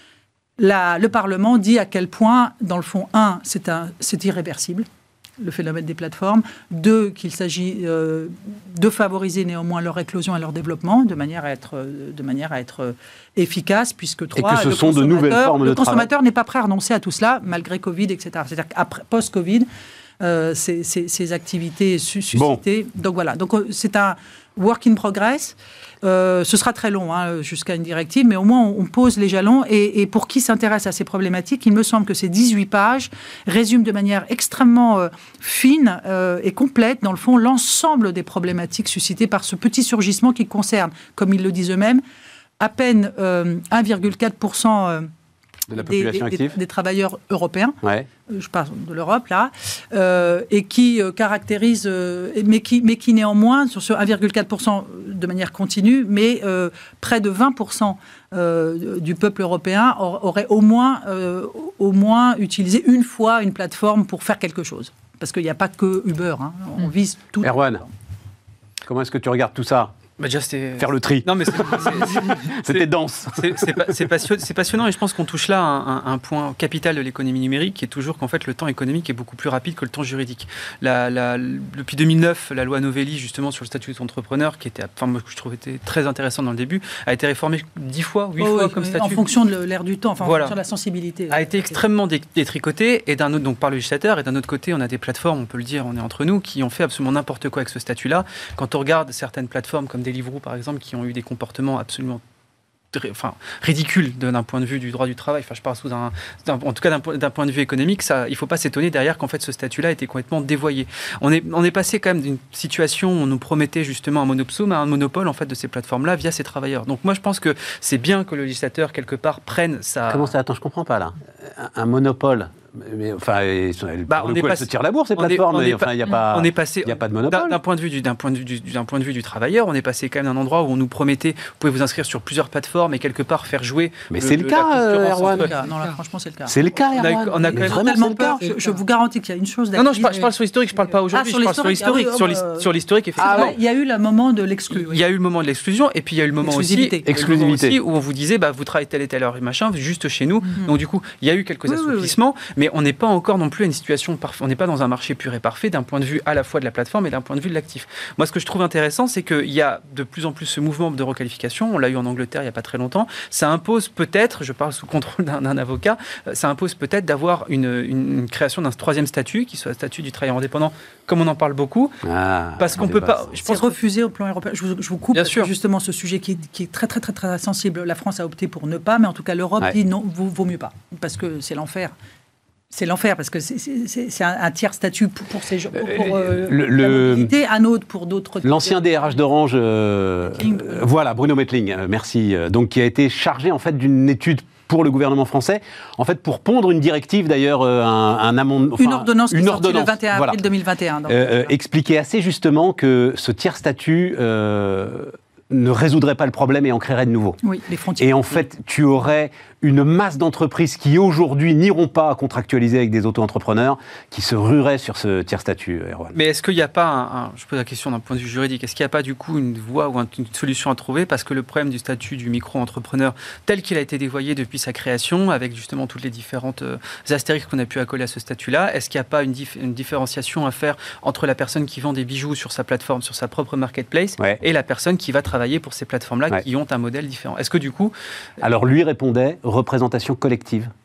La, le Parlement dit à quel point, dans le fond, un, c'est, un, c'est irréversible, le phénomène des plateformes. Deux, qu'il s'agit euh, de favoriser néanmoins leur éclosion et leur développement de manière à être, de manière à être efficace, puisque trois, et que ce sont de nouvelles formes de le consommateur travail. n'est pas prêt à renoncer à tout cela, malgré Covid, et cetera. C'est-à-dire qu'après, post-Covid, euh, ces, ces, ces activités suscitées... Bon. Donc voilà, donc, c'est un work in progress. Euh, ce sera très long, hein, jusqu'à une directive, mais au moins on, on pose les jalons. Et, et pour qui s'intéresse à ces problématiques, il me semble que ces dix-huit pages résument de manière extrêmement euh, fine euh, et complète, dans le fond, l'ensemble des problématiques suscitées par ce petit surgissement qui concerne, comme ils le disent eux-mêmes, à peine euh, un virgule quatre pour cent euh, de la population des, active. Des, des travailleurs européens, ouais. je parle de l'Europe là, euh, et qui euh, caractérise, euh, mais, qui, mais qui néanmoins, sur ce un virgule quatre pour cent de manière continue, mais euh, près de vingt pour cent euh, du peuple européen aurait au moins, euh, au moins utilisé une fois une plateforme pour faire quelque chose. Parce qu'il n'y a pas que Uber, hein. On vise tout. Erwan, comment est-ce que tu regardes tout ça ? Bah déjà, c'était... Faire le tri. Non, mais c'est, c'est, c'est, c'était dense. C'est, c'est, c'est, passionnant, c'est passionnant et je pense qu'on touche là un, un, un point capital de l'économie numérique qui est toujours qu'en fait le temps économique est beaucoup plus rapide que le temps juridique. La, la, depuis deux mille neuf, la loi Novelli justement sur le statut d'entrepreneur, qui était, enfin moi je trouvais était très intéressant dans le début, a été réformée dix fois, huit oh, fois oui, comme statut. En fonction de l'air du temps, enfin voilà. en fonction de la sensibilité. A été extrêmement détricoté et d'un autre, donc par le législateur, et d'un autre côté on a des plateformes, on peut le dire, on est entre nous, qui ont fait absolument n'importe quoi avec ce statut-là. Quand on regarde certaines plateformes comme Deliveroo par exemple, qui ont eu des comportements absolument enfin, ridicule d'un point de vue du droit du travail. Enfin, je parle sous un, un, en tout cas d'un, d'un point de vue économique, ça, il ne faut pas s'étonner derrière qu'en fait ce statut-là était complètement dévoyé. On est, on est passé quand même d'une situation où on nous promettait justement un monopsome à un monopole en fait de ces plateformes-là via ces travailleurs. Donc moi je pense que c'est bien que le législateur quelque part prenne sa... Comment ça ? Attends, je comprends pas là. Un, un monopole. Mais enfin, elle, bah, pour on le coup, pas, elle se tire la bourre ces plateformes. Il enfin, n'y a pas, on est passé il y a pas de monopole. D'un, d'un point de vue du, d'un point de vue du, d'un point de vue du travailleur, on est passé quand même d'un endroit où on nous promettait, vous pouvez vous inscrire sur plusieurs plateformes et quelque part faire jouer. Mais le, c'est le, le cas, Erwan. Entre... Non, là, franchement, c'est le cas. C'est le cas, Erwan. On a, on a quand même vraiment peur. Je, je vous garantis qu'il y a une chose. Non, non, je parle, je parle sur l'historique. Je parle pas aujourd'hui. Ah, je parle sur l'historique. Sur, euh... sur l'historique, effectivement. Ah, il y a eu le moment de l'exclusion. Il y a eu le moment de l'exclusion, et puis il y a eu le moment aussi, exclusivité, où on vous disait, bah, vous travaillez telle et telle heure et machin, juste chez nous. Donc du coup, il y a eu quelques assouplissements, mais on n'est pas encore non plus à une situation parfaite. On n'est pas dans un marché pur et parfait d'un point de vue à la fois de la plateforme et d'un point de vue de l'actif. Moi, ce que je trouve intéressant, c'est qu'il y a de plus en plus ce mouvement de requalification. On l'a eu en Angleterre il n'y a pas très longtemps. Ça impose peut-être, je parle sous contrôle d'un, d'un avocat, ça impose peut-être d'avoir une, une, une création d'un troisième statut, qui soit le statut du travailleur indépendant, comme on en parle beaucoup. Ah, parce qu'on peut pas... Je pense c'est refusé au plan européen. Je vous, je vous coupe. Bien sûr. Justement, ce sujet qui est, qui est très, très, très, très sensible. La France a opté pour ne pas, mais en tout cas, l'Europe ouais. dit non, vaut, vaut mieux pas. Parce que c'est l'enfer. C'est l'enfer, parce que c'est, c'est, c'est un, un tiers statut pour, pour ces gens, pour, pour euh, le, la mobilité, un autre pour d'autres... L'ancien D R H d'Orange, euh, euh, voilà, Bruno Mettling, euh, merci, euh, donc qui a été chargé en fait d'une étude pour le gouvernement français, en fait pour pondre une directive d'ailleurs, euh, un, un amendement... Enfin, une ordonnance qui une est ordonnance, sortie le vingt et un avril voilà. deux mille vingt et un. Donc, euh, euh, expliquait assez justement que ce tiers statut... Euh, ne résoudrait pas le problème et en créerait de nouveaux. Oui, les frontières. Et en fait, tu aurais une masse d'entreprises qui aujourd'hui n'iront pas contractualiser avec des auto-entrepreneurs, qui se rueraient sur ce tiers-statut, Erwan. Mais est-ce qu'il n'y a pas, un, un, je pose la question d'un point de vue juridique, est-ce qu'il n'y a pas du coup une voie ou un, une solution à trouver ? Parce que le problème du statut du micro-entrepreneur, tel qu'il a été dévoyé depuis sa création, avec justement toutes les différentes euh, astérisques qu'on a pu accoler à ce statut-là, est-ce qu'il n'y a pas une, dif- une différenciation à faire entre la personne qui vend des bijoux sur sa plateforme, sur sa propre marketplace, ouais. et la personne qui va travailler pour ces plateformes-là ouais. qui ont un modèle différent. Est-ce que du coup... Alors lui répondait représentation collective.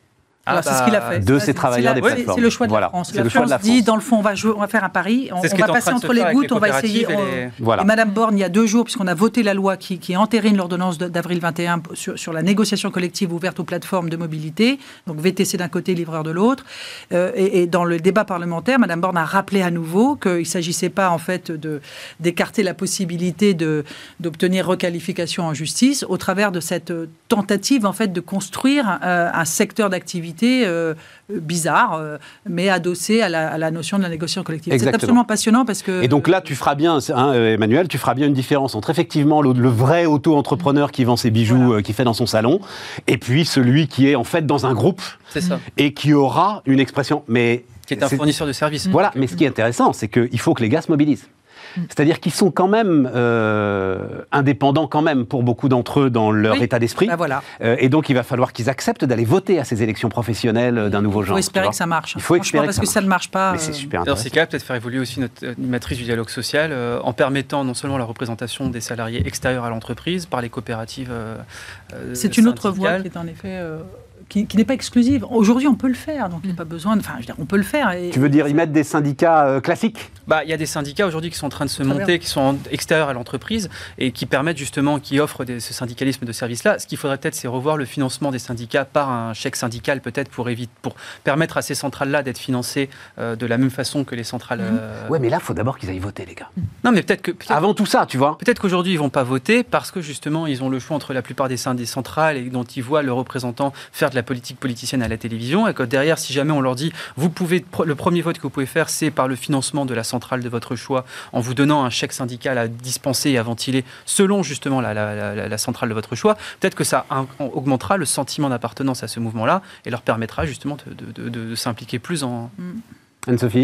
Ah bah, c'est ce qu'il a fait. De ces travailleurs des plateformes. C'est le choix de voilà. la France. C'est La le France choix de la dit, France. dans le fond, on va, jouer, on va faire un pari, on, on va passer entre les gouttes, on va essayer. On... Les... Voilà. Et Madame Borne, il y a deux jours, puisqu'on a voté la loi qui, qui entérine l'ordonnance d'avril vingt et un sur, sur la négociation collective ouverte aux plateformes de mobilité, donc V T C d'un côté, livreur de l'autre. Euh, et, et dans le débat parlementaire, Madame Borne a rappelé à nouveau qu'il ne s'agissait pas, en fait, de, d'écarter la possibilité de, d'obtenir requalification en justice au travers de cette tentative, en fait, de construire euh, un secteur d'activité euh, bizarre, euh, mais adossé à la, à la notion de la négociation collective. Exactement. C'est absolument passionnant parce que... Et donc là, tu feras bien, hein, Emmanuel, tu feras bien une différence entre effectivement le, le vrai auto-entrepreneur qui vend ses bijoux, voilà. euh, qui fait dans son salon, et puis celui qui est en fait dans un groupe c'est ça. Et qui aura une expression. Mais qui est un fournisseur de services. Voilà, mais ce qui est intéressant, c'est qu'il faut que les gars se mobilisent. C'est-à-dire qu'ils sont quand même euh, indépendants quand même pour beaucoup d'entre eux dans leur oui. état d'esprit. Ben voilà. euh, et donc il va falloir qu'ils acceptent d'aller voter à ces élections professionnelles d'un nouveau genre. Il faut espérer que ça marche. Il faut espérer parce que, que ça, ça ne marche pas. Mais c'est super Dans ces cas, peut-être faire évoluer aussi notre matrice du dialogue social euh, en permettant non seulement la représentation des salariés extérieurs à l'entreprise par les coopératives euh, C'est une autre voie qui est en effet... Euh, Qui, qui n'est pas exclusive. Aujourd'hui, on peut le faire, donc il n'y a pas besoin de... Enfin, je veux dire, on peut le faire. Et, tu veux dire y mettre des syndicats euh, classiques ? Bah, il y a des syndicats aujourd'hui qui sont en train de se monter, qui sont extérieurs à l'entreprise et qui permettent justement, qui offrent des, ce syndicalisme de service-là. Ce qu'il faudrait peut-être, c'est revoir le financement des syndicats par un chèque syndical, peut-être pour, éviter, pour permettre à ces centrales-là d'être financées euh, de la même façon que les centrales... Euh... Ouais, mais là, il faut d'abord qu'ils aillent voter, les gars. Non, mais peut-être que... Peut-être, avant tout ça, tu vois. Peut-être qu'aujourd'hui, ils ne vont pas voter parce que justement, ils ont le choix entre la plupart des syndicats centrales et dont ils voient leurs représentants faire de la politique politicienne à la télévision, et que derrière, si jamais on leur dit, vous pouvez, le premier vote que vous pouvez faire, c'est par le financement de la centrale de votre choix, en vous donnant un chèque syndical à dispenser et à ventiler selon justement la, la, la, la centrale de votre choix, peut-être que ça un, augmentera le sentiment d'appartenance à ce mouvement-là et leur permettra justement de, de, de, de s'impliquer plus en... Anne-Sophie ?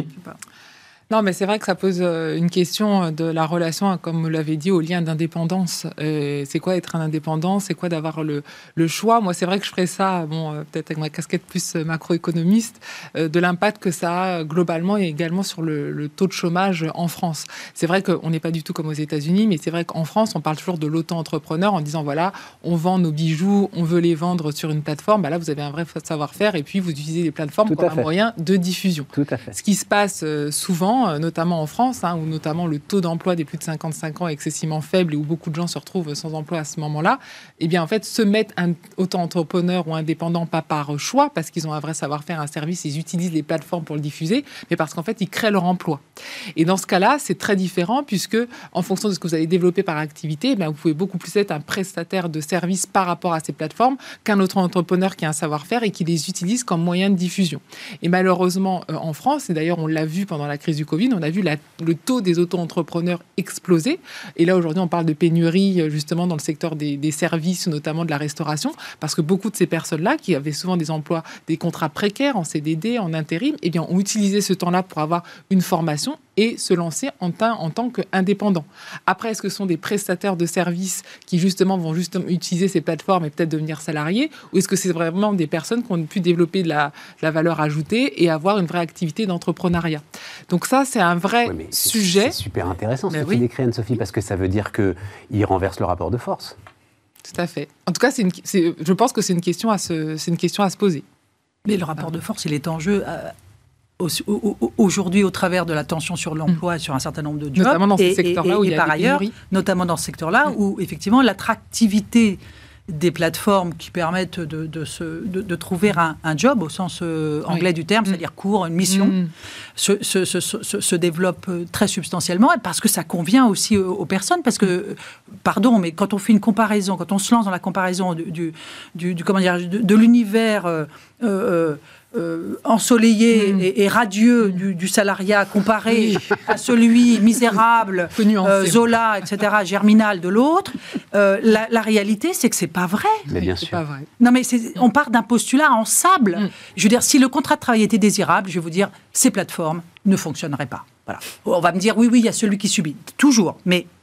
Non, mais c'est vrai que ça pose une question de la relation, comme vous l'avez dit, au lien d'indépendance. Euh, c'est quoi être un indépendant ? C'est quoi d'avoir le, le choix ? Moi, c'est vrai que je ferais ça, bon, euh, peut-être avec ma casquette plus macroéconomiste, euh, de l'impact que ça a globalement et également sur le, le taux de chômage en France. C'est vrai qu'on n'est pas du tout comme aux États-Unis, mais c'est vrai qu'en France, on parle toujours de l'auto-entrepreneur en disant, voilà, on vend nos bijoux, on veut les vendre sur une plateforme. Bah là, vous avez un vrai savoir-faire et puis vous utilisez les plateformes tout comme un moyen de diffusion. Tout à fait. Ce qui se passe euh, souvent, notamment en France, hein, où notamment le taux d'emploi des plus de cinquante-cinq ans est excessivement faible et où beaucoup de gens se retrouvent sans emploi à ce moment-là, eh bien en fait se mettent un auto-entrepreneur ou indépendant pas par choix, parce qu'ils ont un vrai savoir-faire, un service, ils utilisent les plateformes pour le diffuser, mais parce qu'en fait ils créent leur emploi. Et dans ce cas-là, c'est très différent puisque en fonction de ce que vous allez développer par activité, eh bien, vous pouvez beaucoup plus être un prestataire de services par rapport à ces plateformes qu'un auto-entrepreneur qui a un savoir-faire et qui les utilise comme moyen de diffusion. Et malheureusement, euh, en France, et d'ailleurs on l'a vu pendant la crise du Covid, on a vu la, le taux des auto-entrepreneurs exploser. Et là, aujourd'hui, on parle de pénurie, justement, dans le secteur des, des services, notamment de la restauration, parce que beaucoup de ces personnes-là, qui avaient souvent des emplois, des contrats précaires, en C D D, en intérim, eh bien, ont utilisé ce temps-là pour avoir une formation et se lancer en, en tant qu'indépendants. Après, est-ce que ce sont des prestataires de services qui, justement, vont justement utiliser ces plateformes et peut-être devenir salariés, ou est-ce que c'est vraiment des personnes qui ont pu développer de la, de la valeur ajoutée et avoir une vraie activité d'entrepreneuriat ? Donc ça, c'est un vrai oui, sujet. C'est super intéressant ce mais que oui. tu décris, Anne-Sophie, parce que ça veut dire qu'ils renversent le rapport de force. Tout à fait. En tout cas, c'est une, c'est, je pense que c'est une question à se, c'est une question à se poser. Mais le rapport de force, il est en jeu euh, au, au, aujourd'hui au travers de la tension sur l'emploi mmh. et sur un certain nombre de jobs. Notamment dans et, ce secteur-là et, où et, il y a par des ailleurs, pénuries. Notamment dans ce secteur-là mmh. où, effectivement, l'attractivité des plateformes qui permettent de, de, se, de, de trouver un, un job au sens euh, anglais oui. du terme, mmh. c'est-à-dire court, une mission, mmh. se, se, se, se, se développe très substantiellement parce que ça convient aussi aux, aux personnes. Parce que, pardon, mais quand on fait une comparaison, quand on se lance dans la comparaison du, du, du, du comment dire, de, de l'univers euh, euh, Euh, ensoleillé mmh. et, et radieux du, du salariat comparé oui. à celui misérable, euh, Zola, et cetera, Germinal de l'autre, euh, la, la réalité, c'est que c'est pas vrai. Mais bien c'est sûr. Pas vrai. Non, mais c'est, on part d'un postulat en sable. Mmh. Je veux dire, si le contrat de travail était désirable, je vais vous dire, ces plateformes ne fonctionneraient pas. Voilà. On va me dire, oui, oui, il y a celui qui subit. Toujours. Mais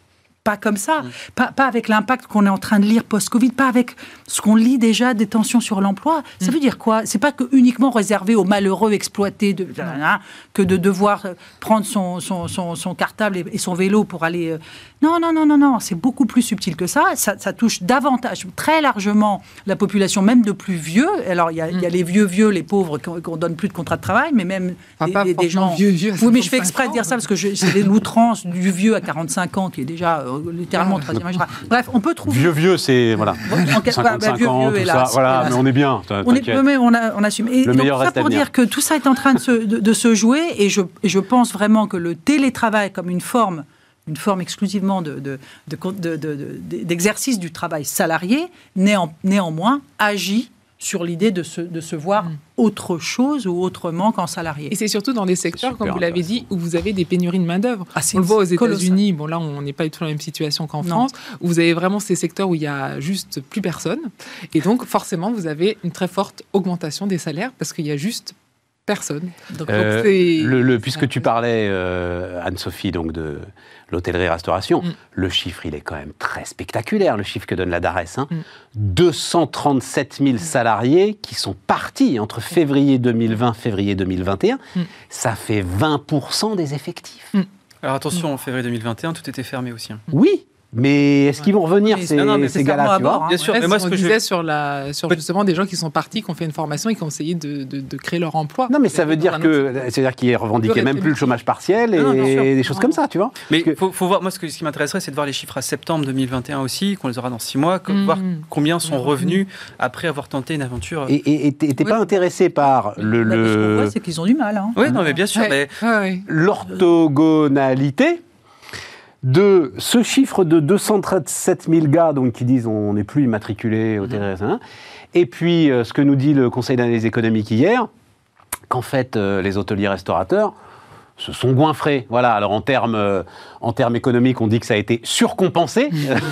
pas comme ça, mmh. pas, pas avec l'impact qu'on est en train de lire post-Covid, pas avec ce qu'on lit déjà des tensions sur l'emploi. Ça mmh. veut dire quoi? C'est pas que uniquement réservé aux malheureux exploités de, hein, que de devoir prendre son, son, son, son cartable et, et son vélo pour aller... Euh... Non, non, non, non, non, c'est beaucoup plus subtil que ça. Ça, ça touche davantage, très largement, la population, même de plus vieux. Alors, il y a, mmh. y a les vieux, vieux, les pauvres, qu'on ne donne plus de contrat de travail, mais même enfin, des, pas des, des gens... Vieux, vieux, oui, mais je fais exprès ans, de dire ça, parce que je, c'est l'outrance du vieux à quarante-cinq ans, qui est déjà... littéralement ah, troisième âge. Bref, on peut trouver... Vieux, vieux, c'est... Voilà. cinquante-cinq bah, vieux, ans, vieux, tout hélas, ça. Voilà, hélas. Mais on est bien. On, est, mais on, a, on assume. Et le donc, meilleur ça pour dire que tout ça est en train de se, de, de se jouer, et je, et je pense vraiment que le télétravail comme une forme, une forme exclusivement de, de, de, de, de, de, d'exercice du travail salarié, néan, néanmoins, agit sur l'idée de se, de se voir mmh. autre chose ou autrement qu'en salarié. Et c'est surtout dans des secteurs, comme vous l'avez dit, où vous avez des pénuries de main-d'œuvre. Ah, on le voit aux États-Unis, bon là on n'est pas du tout dans la même situation qu'en non. France, où vous avez vraiment ces secteurs où il y a juste plus personne. Et donc forcément vous avez une très forte augmentation des salaires parce qu'il y a juste personne. Donc, euh, donc le, le, puisque tu parlais, euh, Anne-Sophie, donc de l'hôtellerie-restauration, mm. le chiffre, il est quand même très spectaculaire, le chiffre que donne la DARES. Hein. Mm. deux cent trente-sept mille salariés qui sont partis entre février deux mille vingt et février deux mille vingt et un. Mm. Ça fait vingt pour cent des effectifs. Mm. Alors attention, mm. en février deux mille vingt et un, tout était fermé aussi. Hein. Oui. Mais est-ce qu'ils vont revenir, oui, ces, non, non, ces gars-là, tu vois? Bien sûr. Ouais, mais moi, ce que je disais sur, la, sur justement des gens qui sont partis, qui ont fait une formation et qui ont essayé de, de, de créer leur emploi. Non, mais ça veut dire que, c'est-à-dire qu'ils revendiquaient même plus le chômage partiel et non, non, des choses comme ça, tu vois? Mais il faut, faut voir, moi, ce, que, ce qui m'intéresserait, c'est de voir les chiffres à septembre deux mille vingt et un aussi, qu'on les aura dans six mois, que, mmh. voir combien sont revenus après avoir tenté une aventure. Et et t'es oui. pas intéressé par le... Bah, le... Ce qu'on voit, c'est qu'ils ont du mal. Hein. Oui, non, mais bien sûr. Ouais. Mais... Ouais. L'orthogonalité de ce chiffre de deux cent trente-sept mille gars donc, qui disent on n'est plus immatriculé au T R S, hein, et puis euh, ce que nous dit le Conseil d'analyse économique hier, qu'en fait euh, les hôteliers-restaurateurs se sont goinfrés. Voilà, alors en termes, euh, en termes économiques, on dit que ça a été surcompensé,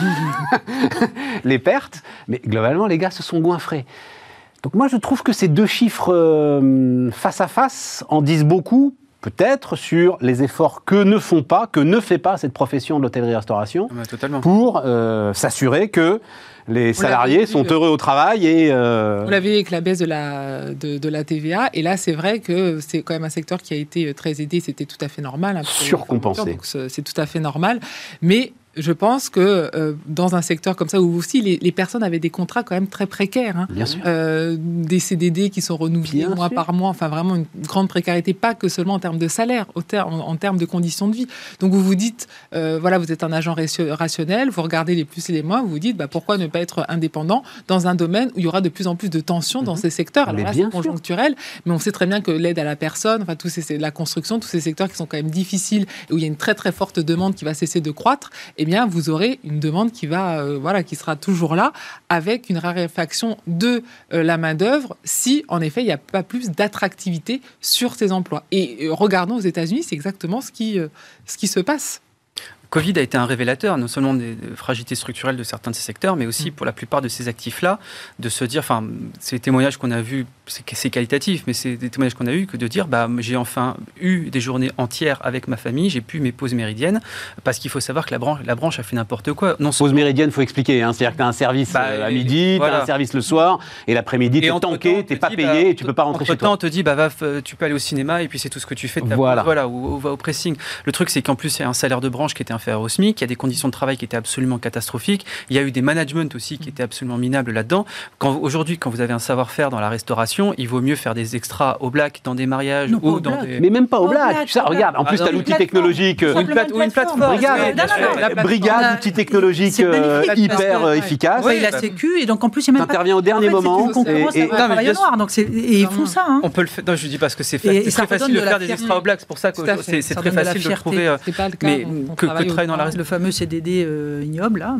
les pertes, mais globalement les gars se sont goinfrés. Donc moi je trouve que ces deux chiffres euh, face à face en disent beaucoup, peut-être sur les efforts que ne font pas, que ne fait pas cette profession de l'hôtellerie-restauration ouais, pour euh, s'assurer que les salariés sont heureux au travail et... Euh... Vous l'avez vu avec la baisse de la, de, de la T V A, et là c'est vrai que c'est quand même un secteur qui a été très aidé, c'était tout à fait normal. Hein, surcompensé. Donc c'est tout à fait normal, mais... Je pense que euh, dans un secteur comme ça, où aussi les, les personnes avaient des contrats quand même très précaires, hein, Bien sûr. Euh, des C D D qui sont renouvelés Bien mois sûr. par mois, enfin vraiment une grande précarité, pas que seulement en termes de salaire, au ter- en, en termes de conditions de vie. Donc vous vous dites, euh, voilà, vous êtes un agent rationnel, vous regardez les plus et les moins, vous vous dites, bah, pourquoi ne pas être indépendant dans un domaine où il y aura de plus en plus de tensions mmh. dans ces secteurs. Alors mais là, c'est conjoncturel, mais on sait très bien que l'aide à la personne, enfin tous ces, la construction, tous ces secteurs qui sont quand même difficiles et où il y a une très très forte demande qui va cesser de croître, eh bien, vous aurez une demande qui va, euh, voilà, qui sera toujours là, avec une raréfaction de euh, la main-d'œuvre, si en effet il n'y a pas plus d'attractivité sur ces emplois. Et euh, regardons aux États-Unis, c'est exactement ce qui, euh, ce qui se passe. Covid a été un révélateur, non seulement des fragilités structurelles de certains de ces secteurs, mais aussi pour la plupart de ces actifs-là, de se dire, enfin, c'est les témoignages qu'on a vus, c'est, c'est qualitatif, mais c'est des témoignages qu'on a eus, que de dire, bah, j'ai enfin eu des journées entières avec ma famille, j'ai pu mes pauses méridiennes, parce qu'il faut savoir que la branche, la branche a fait n'importe quoi. Non, pause méridienne, il faut expliquer, hein, c'est-à-dire que tu as un service bah, à midi, voilà. tu as un service le soir, et l'après-midi, tu es tanké, tu n'es pas payé, bah, et tu ne peux pas rentrer chez toi. Entre-temps, on te dit, bah, va, tu peux aller au cinéma, et puis c'est tout ce que tu fais, de voilà. voilà, ou, ou va au pressing. Le truc, c'est qu'en plus, il y a un salaire de branche qui était inférieur au SMIC, il y a des conditions de travail qui étaient absolument catastrophiques. Il y a eu des managements aussi qui étaient absolument minables là-dedans. Quand, aujourd'hui, quand vous avez un savoir-faire dans la restauration, il vaut mieux faire des extras au black dans des mariages non, ou dans black. des... Mais même pas au black. black. Ça, regarde, en ah, plus, tu as l'outil technologique. Ou une, plate, ou une plateforme. Brigade, non, non, non, brigade d'outils technologiques euh, hyper euh, efficaces. Oui, la Sécu, et donc en plus, il y a même pas... T'interviens au dernier en fait, moment. On commence à travailler au noir, donc et ils font ça. On peut le faire. Non, je dis parce que c'est très facile de faire des extras au black. C'est pour ça que c'est très facile de le trouver. C'est pas le cas. Mais que travailler dans la le fameux C D D ignoble, là, bah, ouais.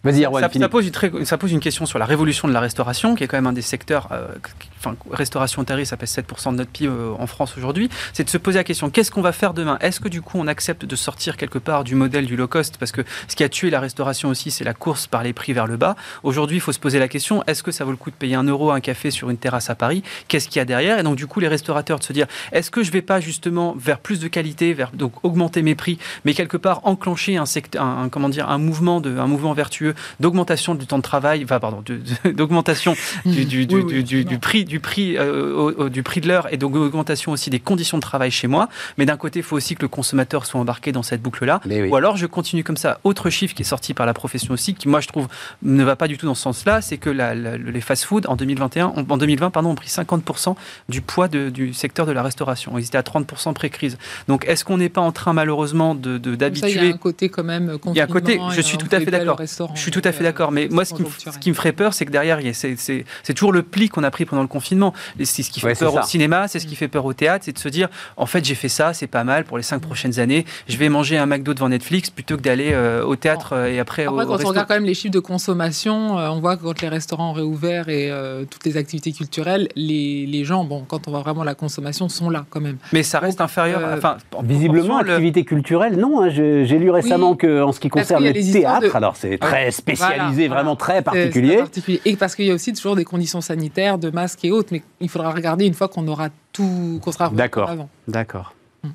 Vas-y, Erwan, ça, fini. Ça pose, une très, ça pose une question sur la révolution de la restauration, qui est quand même un des secteurs, euh, enfin, restauration hôtellerie, ça pèse sept pour cent de notre P I B euh, en France aujourd'hui. C'est de se poser la question, qu'est-ce qu'on va faire demain? Est-ce que du coup, on accepte de sortir quelque part du modèle du low cost? Parce que ce qui a tué la restauration aussi, c'est la course par les prix vers le bas. Aujourd'hui, il faut se poser la question, est-ce que ça vaut le coup de payer un euro un café sur une terrasse à Paris? Qu'est-ce qu'il y a derrière? Et donc, du coup, les restaurateurs de se dire, est-ce que je vais pas justement vers plus de qualité, vers donc augmenter mes prix, mais quelque part enclencher un secteur, un, un, comment dire, un mouvement de, un mouvement vertueux d'augmentation du temps de travail, enfin pardon, de, de, d'augmentation du, du, du, oui, oui, du, du prix, du prix, euh, au, au, du prix de l'heure et donc augmentation aussi des conditions de travail chez moi. Mais d'un côté, il faut aussi que le consommateur soit embarqué dans cette boucle-là. Oui. Ou alors, je continue comme ça. Autre chiffre qui est sorti par la profession aussi, qui moi je trouve ne va pas du tout dans ce sens-là, c'est que la, la, les fast-food en deux mille vingt et un, en deux mille vingt, pardon, ont pris cinquante pour cent du poids de, du secteur de la restauration. Ils étaient à trente pour cent pré-crise. Donc, est-ce qu'on n'est pas en train malheureusement de, de d'habituer? Il y a un côté quand même. Il y a un côté. Je suis tout à fait d'accord. Je suis tout à fait d'accord. Mais moi, ce qui, me, ce qui me ferait peur, c'est que derrière, c'est, c'est, c'est toujours le pli qu'on a pris pendant le confinement. Et c'est ce qui fait ouais, peur au cinéma, c'est ce qui fait peur au théâtre, c'est de se dire, en fait, j'ai fait ça, c'est pas mal pour les cinq prochaines années. Je vais manger un McDo devant Netflix plutôt que d'aller euh, au théâtre euh, et après, après au, quand au on regarde quand même les chiffres de consommation, euh, on voit que quand les restaurants ont réouvert et euh, toutes les activités culturelles, les, les gens, bon, quand on voit vraiment la consommation, sont là quand même. Mais ça reste Donc, inférieur. Euh, enfin, visiblement, l'activité le... culturelle, non. Hein, j'ai, j'ai lu récemment oui, qu'en ce qui concerne le théâtre, de... alors c'est très spécialisé, voilà, vraiment très particulier. particulier. Et parce qu'il y a aussi toujours des conditions sanitaires, de masques et autres, mais il faudra regarder une fois qu'on aura tout, qu'on sera D'accord. Avant. D'accord. Hum.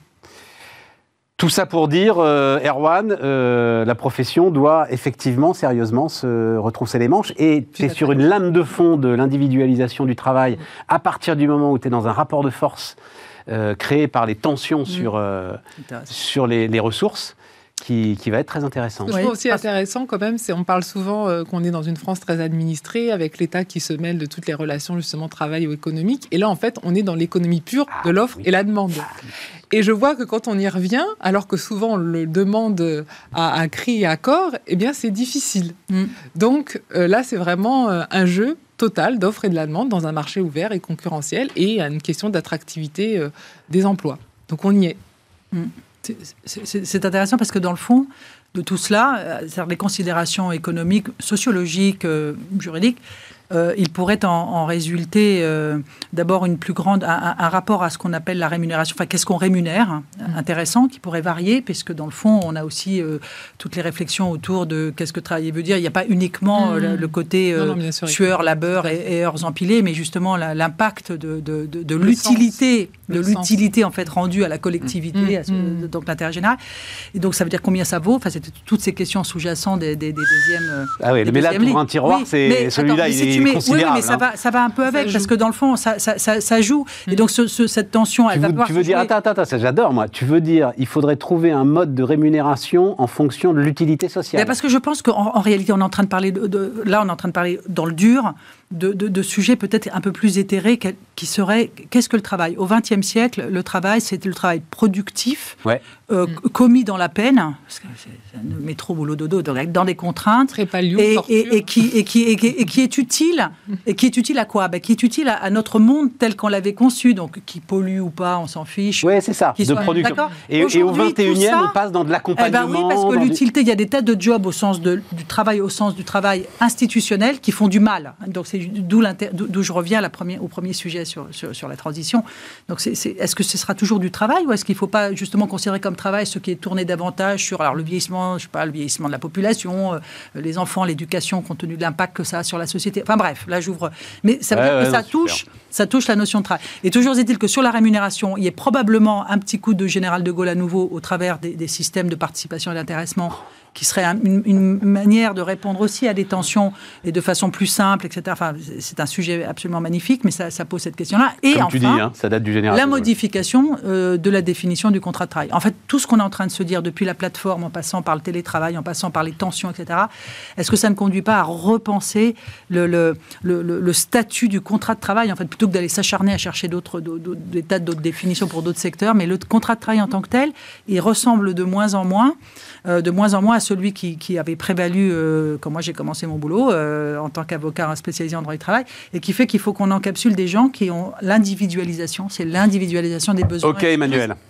Tout ça pour dire, euh, Erwan, euh, la profession doit effectivement, sérieusement, se retrousser les manches. Et tu es sur une lame de fond de l'individualisation du travail mmh. à partir du moment où tu es dans un rapport de force euh, créé par les tensions mmh. sur, euh, sur les, les ressources. Qui, qui va être très intéressant. Ce que je trouve aussi intéressant quand même, c'est on parle souvent euh, qu'on est dans une France très administrée, avec l'État qui se mêle de toutes les relations justement travail ou économiques. Et là, en fait, on est dans l'économie pure ah, de l'offre oui. et la demande. Ah, oui. Et je vois que quand on y revient, alors que souvent on le demande à, à cri et à corps, eh bien c'est difficile. Mm. Donc euh, là, c'est vraiment euh, un jeu total d'offre et de la demande dans un marché ouvert et concurrentiel et une question d'attractivité euh, des emplois. Donc on y est. Mm. C'est, c'est, c'est intéressant parce que dans le fond de tout cela, c'est-à-dire les considérations économiques, sociologiques, euh, juridiques, euh, il pourrait en, en résulter euh, d'abord une plus grande, un, un rapport à ce qu'on appelle la rémunération, enfin qu'est-ce qu'on rémunère, hein, mmh. intéressant, qui pourrait varier, puisque dans le fond, on a aussi euh, toutes les réflexions autour de qu'est-ce que travailler veut dire. Il n'y a pas uniquement mmh. le, le côté euh, non, non, sûr, sueur, labeur et, et heures empilées, mais justement la, l'impact de, de, de, de l'utilité, sens. de le l'utilité sens. en fait rendue à la collectivité, mmh. à ce, mmh. donc l'intérêt général. Et donc ça veut dire combien ça vaut. Enfin, c'était toutes ces questions sous-jacentes des, des, des deuxièmes. Ah oui, mais là, pour un tiroir, oui, c'est mais, celui-là, attends, il est mets, considérable. Oui, mais ça, hein. va, ça va un peu avec, ça parce joue. que dans le fond, ça, ça, ça, ça joue. Mmh. Et donc, ce, ce, cette tension, elle tu va veux, pouvoir Tu veux dire, jouer. attends, attends, ça j'adore, moi. Tu veux dire, il faudrait trouver un mode de rémunération en fonction de l'utilité sociale. Mais parce que je pense qu'en en réalité, on est en train de parler, de, de, là, on est en train de parler dans le dur, de, de, de sujets peut-être un peu plus éthérés, qui seraient, qu'est-ce que le travail ? Au vingtième siècle, le travail, c'était le travail productif, ouais. euh, mmh. commis dans la peine, parce que c'est le métro, boulot, dodo, dans des contraintes, Trépalion, et, et, et, qui, et, qui, et, qui, et qui est utile, et qui est utile à quoi ? Ben, qui est utile à, à notre monde tel qu'on l'avait conçu, donc qui pollue ou pas, on s'en fiche. Oui, c'est ça, de soit, production. Et, et au vingt et unième, ça, on passe dans de l'accompagnement. Eh ben oui, parce que l'utilité, il du... y a des tas de jobs au sens de, du travail, au sens du travail institutionnel, qui font du mal. Donc c'est d'où, d'où je reviens à la première, au premier sujet sur, sur, sur la transition. Donc c'est, c'est, est-ce que ce sera toujours du travail, ou est-ce qu'il ne faut pas justement considérer comme travail ce qui est tourné davantage sur alors, le vieillissement, je sais pas, le vieillissement de la population, euh, les enfants, l'éducation, compte tenu de l'impact que ça a sur la société. Enfin bref, là j'ouvre. Mais ça veut ouais, dire que ouais, ça, non, touche, ça touche la notion de travail. Et toujours est-il que sur la rémunération, il y a probablement un petit coup de général de Gaulle à nouveau au travers des, des systèmes de participation et d'intéressement, qui serait un, une, une manière de répondre aussi à des tensions et de façon plus simple, et cetera. Enfin, c'est un sujet absolument magnifique, mais ça, ça pose cette question-là. Et Comme enfin, tu dis, hein, ça date du général la de Gaulle. modification euh, de la définition du contrat de travail. En fait, tout ce qu'on est en train de se dire depuis la plateforme, en passant par le télétravail, en passant par les tensions, et cetera, est-ce que ça ne conduit pas à repenser le, le, le, le, le statut du contrat de travail, en fait, plutôt que d'aller s'acharner à chercher d'autres, d'autres, des tas d'autres définitions pour d'autres secteurs, mais le contrat de travail en tant que tel, il ressemble de moins en moins, euh, de moins en moins à celui qui, qui avait prévalu euh, quand moi j'ai commencé mon boulot euh, en tant qu'avocat spécialisé en droit du travail, et qui fait qu'il faut qu'on encapsule des gens qui ont l'individualisation, c'est l'individualisation des besoins. Ok, Emmanuel.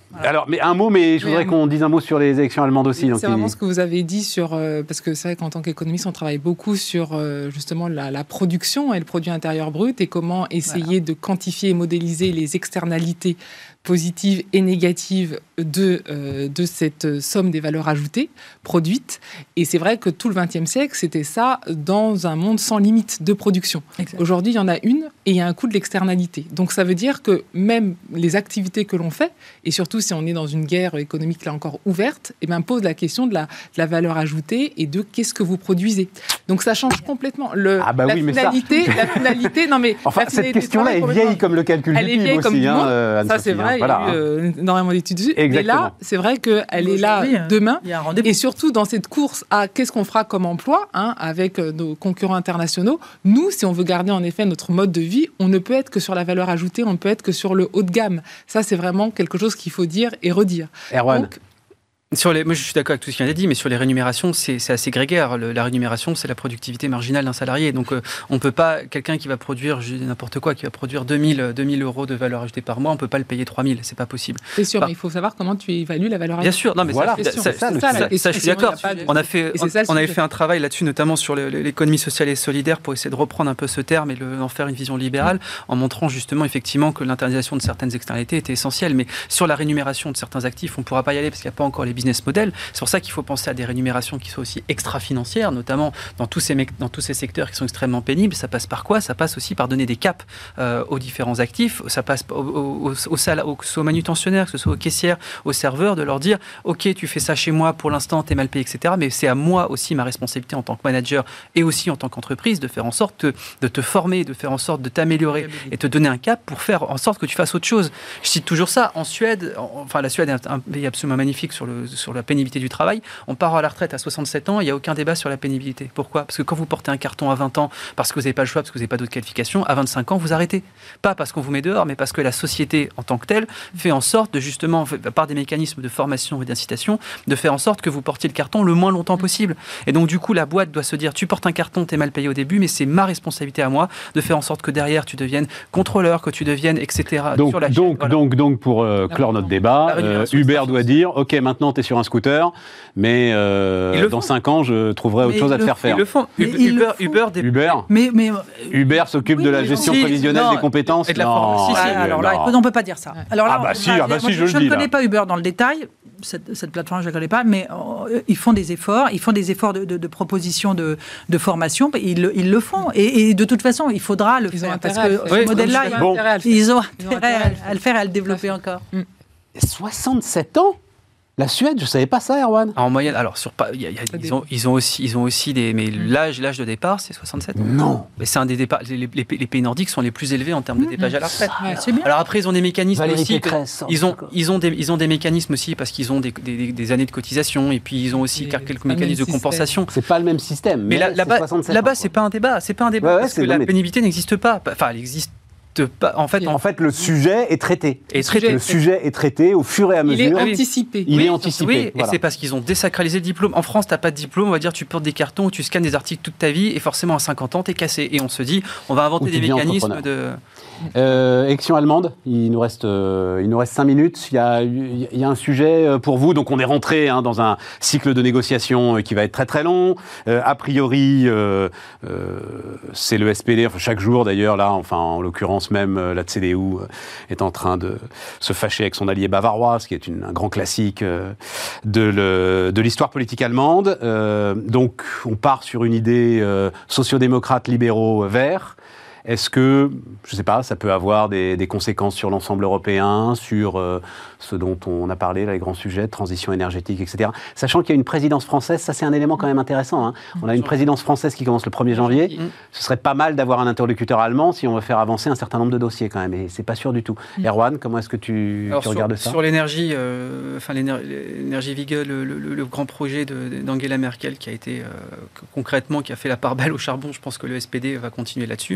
Voilà. Alors, mais un mot, mais je voudrais mais, qu'on dise un mot sur les élections allemandes aussi. C'est vraiment il... ce que vous avez dit sur... Euh, parce que c'est vrai qu'en tant qu'économiste, on travaille beaucoup sur euh, justement la, la production et le produit intérieur brut et comment essayer voilà. de quantifier et modéliser les externalités positives et négatives de, euh, de cette somme des valeurs ajoutées produites. Et c'est vrai que tout le vingtième siècle, c'était ça dans un monde sans limite de production. Exactement. Aujourd'hui, il y en a une et il y a un coût de l'externalité. Donc ça veut dire que même les activités que l'on fait, et surtout si on est dans une guerre économique là encore ouverte, eh bien, pose la question de la, de la valeur ajoutée et de qu'est-ce que vous produisez. Donc ça change complètement. Le, ah bah la, oui, finalité, mais ça... la finalité... Non mais enfin, la cette question-là est vieille comme le calcul elle du est P I B vieille aussi. Comme du hein, monde. euh, ça c'est vrai, voilà, il y a eu euh, énormément d'études dessus. Mais là, c'est vrai qu'elle est là oui, demain. Il y a un et surtout dans cette course à qu'est-ce qu'on fera comme emploi hein, avec nos concurrents internationaux. Nous, si on veut garder en effet notre mode de vie, on ne peut être que sur la valeur ajoutée, on ne peut être que sur le haut de gamme. Ça, c'est vraiment quelque chose qu'il faut dire et redire. Erwan. Donc, Sur les, moi, je suis d'accord avec tout ce qui a été dit, mais sur les rémunérations, c'est, c'est assez grégaire. Le, la rémunération, c'est la productivité marginale d'un salarié. Donc, euh, on ne peut pas, quelqu'un qui va produire, je dis n'importe quoi, qui va produire deux mille euros de valeur ajoutée par mois, on ne peut pas le payer trois mille. C'est pas possible. C'est sûr, bah, mais il faut savoir comment tu évalues la valeur ajoutée. Bien sûr, non, mais voilà, ça, c'est ça, ça, ça, ça, ça, ça, ça, je suis d'accord. On a fait, on, on avait fait un travail là-dessus, notamment sur le, l'économie sociale et solidaire, pour essayer de reprendre un peu ce terme et le, en faire une vision libérale, mmh. en montrant justement effectivement que l'internalisation de certaines externalités était essentielle. Mais sur la rémunération de certains actifs, on ne pourra pas y aller parce qu'il n'y a pas encore les business models. C'est pour ça qu'il faut penser à des rémunérations qui soient aussi extra-financières, notamment dans tous ces, dans tous ces secteurs qui sont extrêmement pénibles. Ça passe par quoi ? Ça passe aussi par donner des caps euh, aux différents actifs. Ça passe aux, aux, aux, aux, aux manutentionnaires, que ce soit aux caissières, aux serveurs, de leur dire « Ok, tu fais ça chez moi, pour l'instant, tu es mal payé, et cetera. Mais c'est à moi aussi ma responsabilité en tant que manager et aussi en tant qu'entreprise de faire en sorte de, de te former, de faire en sorte de t'améliorer et te donner un cap pour faire en sorte que tu fasses autre chose. » Je cite toujours ça. En Suède, enfin la Suède est un pays absolument magnifique sur, le, sur la pénibilité du travail. On part à la retraite à soixante-sept ans, il n'y a aucun débat sur la pénibilité. Pourquoi ? Parce que quand vous portez un carton à vingt ans, parce que vous n'avez pas le choix, parce que vous n'avez pas d'autres qualifications, à vingt-cinq ans, vous arrêtez. Pas parce qu'on vous met dehors, mais parce que la société en tant que telle fait en sorte de justement, par des mécanismes de formation et d'incitation, de faire en sorte que vous portiez le carton le moins longtemps possible. Et donc du coup, la boîte doit se dire, tu portes un carton, tu es mal payé au début, mais c'est ma responsabilité à moi de faire en sorte que derrière, tu deviennes contrôleur, que tu deviennes, et cetera. Donc, sur la donc, voilà. donc, donc, pour euh, clore notre débat, euh, Uber doit dire, ok, maintenant tu es sur un scooter, mais euh, dans cinq ans, je trouverai autre mais chose à te faire faire. Ils le font. Mais Uber, ils Uber, le Uber, des... Uber, mais, mais, Uber s'occupe oui, de la gestion si, prévisionnelle non, des compétences. Et de la non, si, si, ouais, alors là, on ne peut pas dire ça. Alors là, ah bah si, ah bah si, je, je le dis. Je ne connais là. pas Uber dans le détail. Cette, cette plateforme, je ne la connais pas, mais euh, ils font des efforts, ils font des efforts de, de, de proposition de, de formation, ils, ils le font. Et, et de toute façon, il faudra le ils faire, parce que oui, ce modèle-là, ils, bon. ils ont intérêt à, à le faire et à le développer encore. Mm. soixante-sept ans ? La Suède, je ne savais pas ça, Erwan. En moyenne, alors, sur, y a, y a, ils, ont, ils, ont aussi, ils ont aussi des... Mais l'âge, l'âge de départ, c'est soixante-sept ans. Non. Mais c'est un des départs... Les, les, les pays nordiques sont les plus élevés en termes de départ à la retraite. Ouais, c'est bien. Alors après, ils ont des mécanismes Valérie aussi... Pécresse, ils, ont, ils, ont des, ils ont des mécanismes aussi parce qu'ils ont des, des, des années de cotisation et puis ils ont aussi et quelques mécanismes de compensation. C'est pas le même système. Mais, mais là, là-bas, là-bas c'est pas un débat. C'est pas un débat ouais, ouais, parce que la pénibilité n'existe pas. Enfin, elle existe... Pas, en, fait, en, en fait, le sujet est traité. Est traité. Le sujet est traité au fur et à mesure. Il est anticipé. Il oui, est anticipé. Oui, voilà. Et c'est parce qu'ils ont désacralisé le diplôme. En France, tu n'as pas de diplôme, on va dire tu portes des cartons ou tu scannes des articles toute ta vie et forcément à cinquante ans, tu es cassé. Et on se dit, on va inventer des mécanismes de... Euh, élection allemande, il nous reste, euh, il nous reste cinq minutes. Il y a, il y a un sujet pour vous. Donc on est rentré hein, dans un cycle de négociation qui va être très très long. Euh, a priori, euh, euh, c'est le S P D. Enfin, chaque jour d'ailleurs, là, enfin en l'occurrence même la C D U est en train de se fâcher avec son allié bavarois, ce qui est une, un grand classique euh, de, le, de l'histoire politique allemande. Euh, donc on part sur une idée euh, sociodémocrate libéraux verts. Est-ce que, je ne sais pas, ça peut avoir des, des conséquences sur l'ensemble européen, sur euh, ce dont on a parlé, là, les grands sujets, transition énergétique, et cetera. Sachant qu'il y a une présidence française, ça c'est un élément quand même intéressant. Hein. On a une présidence française qui commence le premier janvier. Ce serait pas mal d'avoir un interlocuteur allemand si on veut faire avancer un certain nombre de dossiers quand même. Et c'est pas sûr du tout. Mm. Erwan, comment est-ce que tu, Alors, tu regardes sur, ça ? Sur l'énergie, euh, enfin l'énergie Wiege, le, le, le grand projet de, d'Angela Merkel qui a été euh, concrètement, qui a fait la part belle au charbon, je pense que le S P D va continuer là-dessus, malheureusement.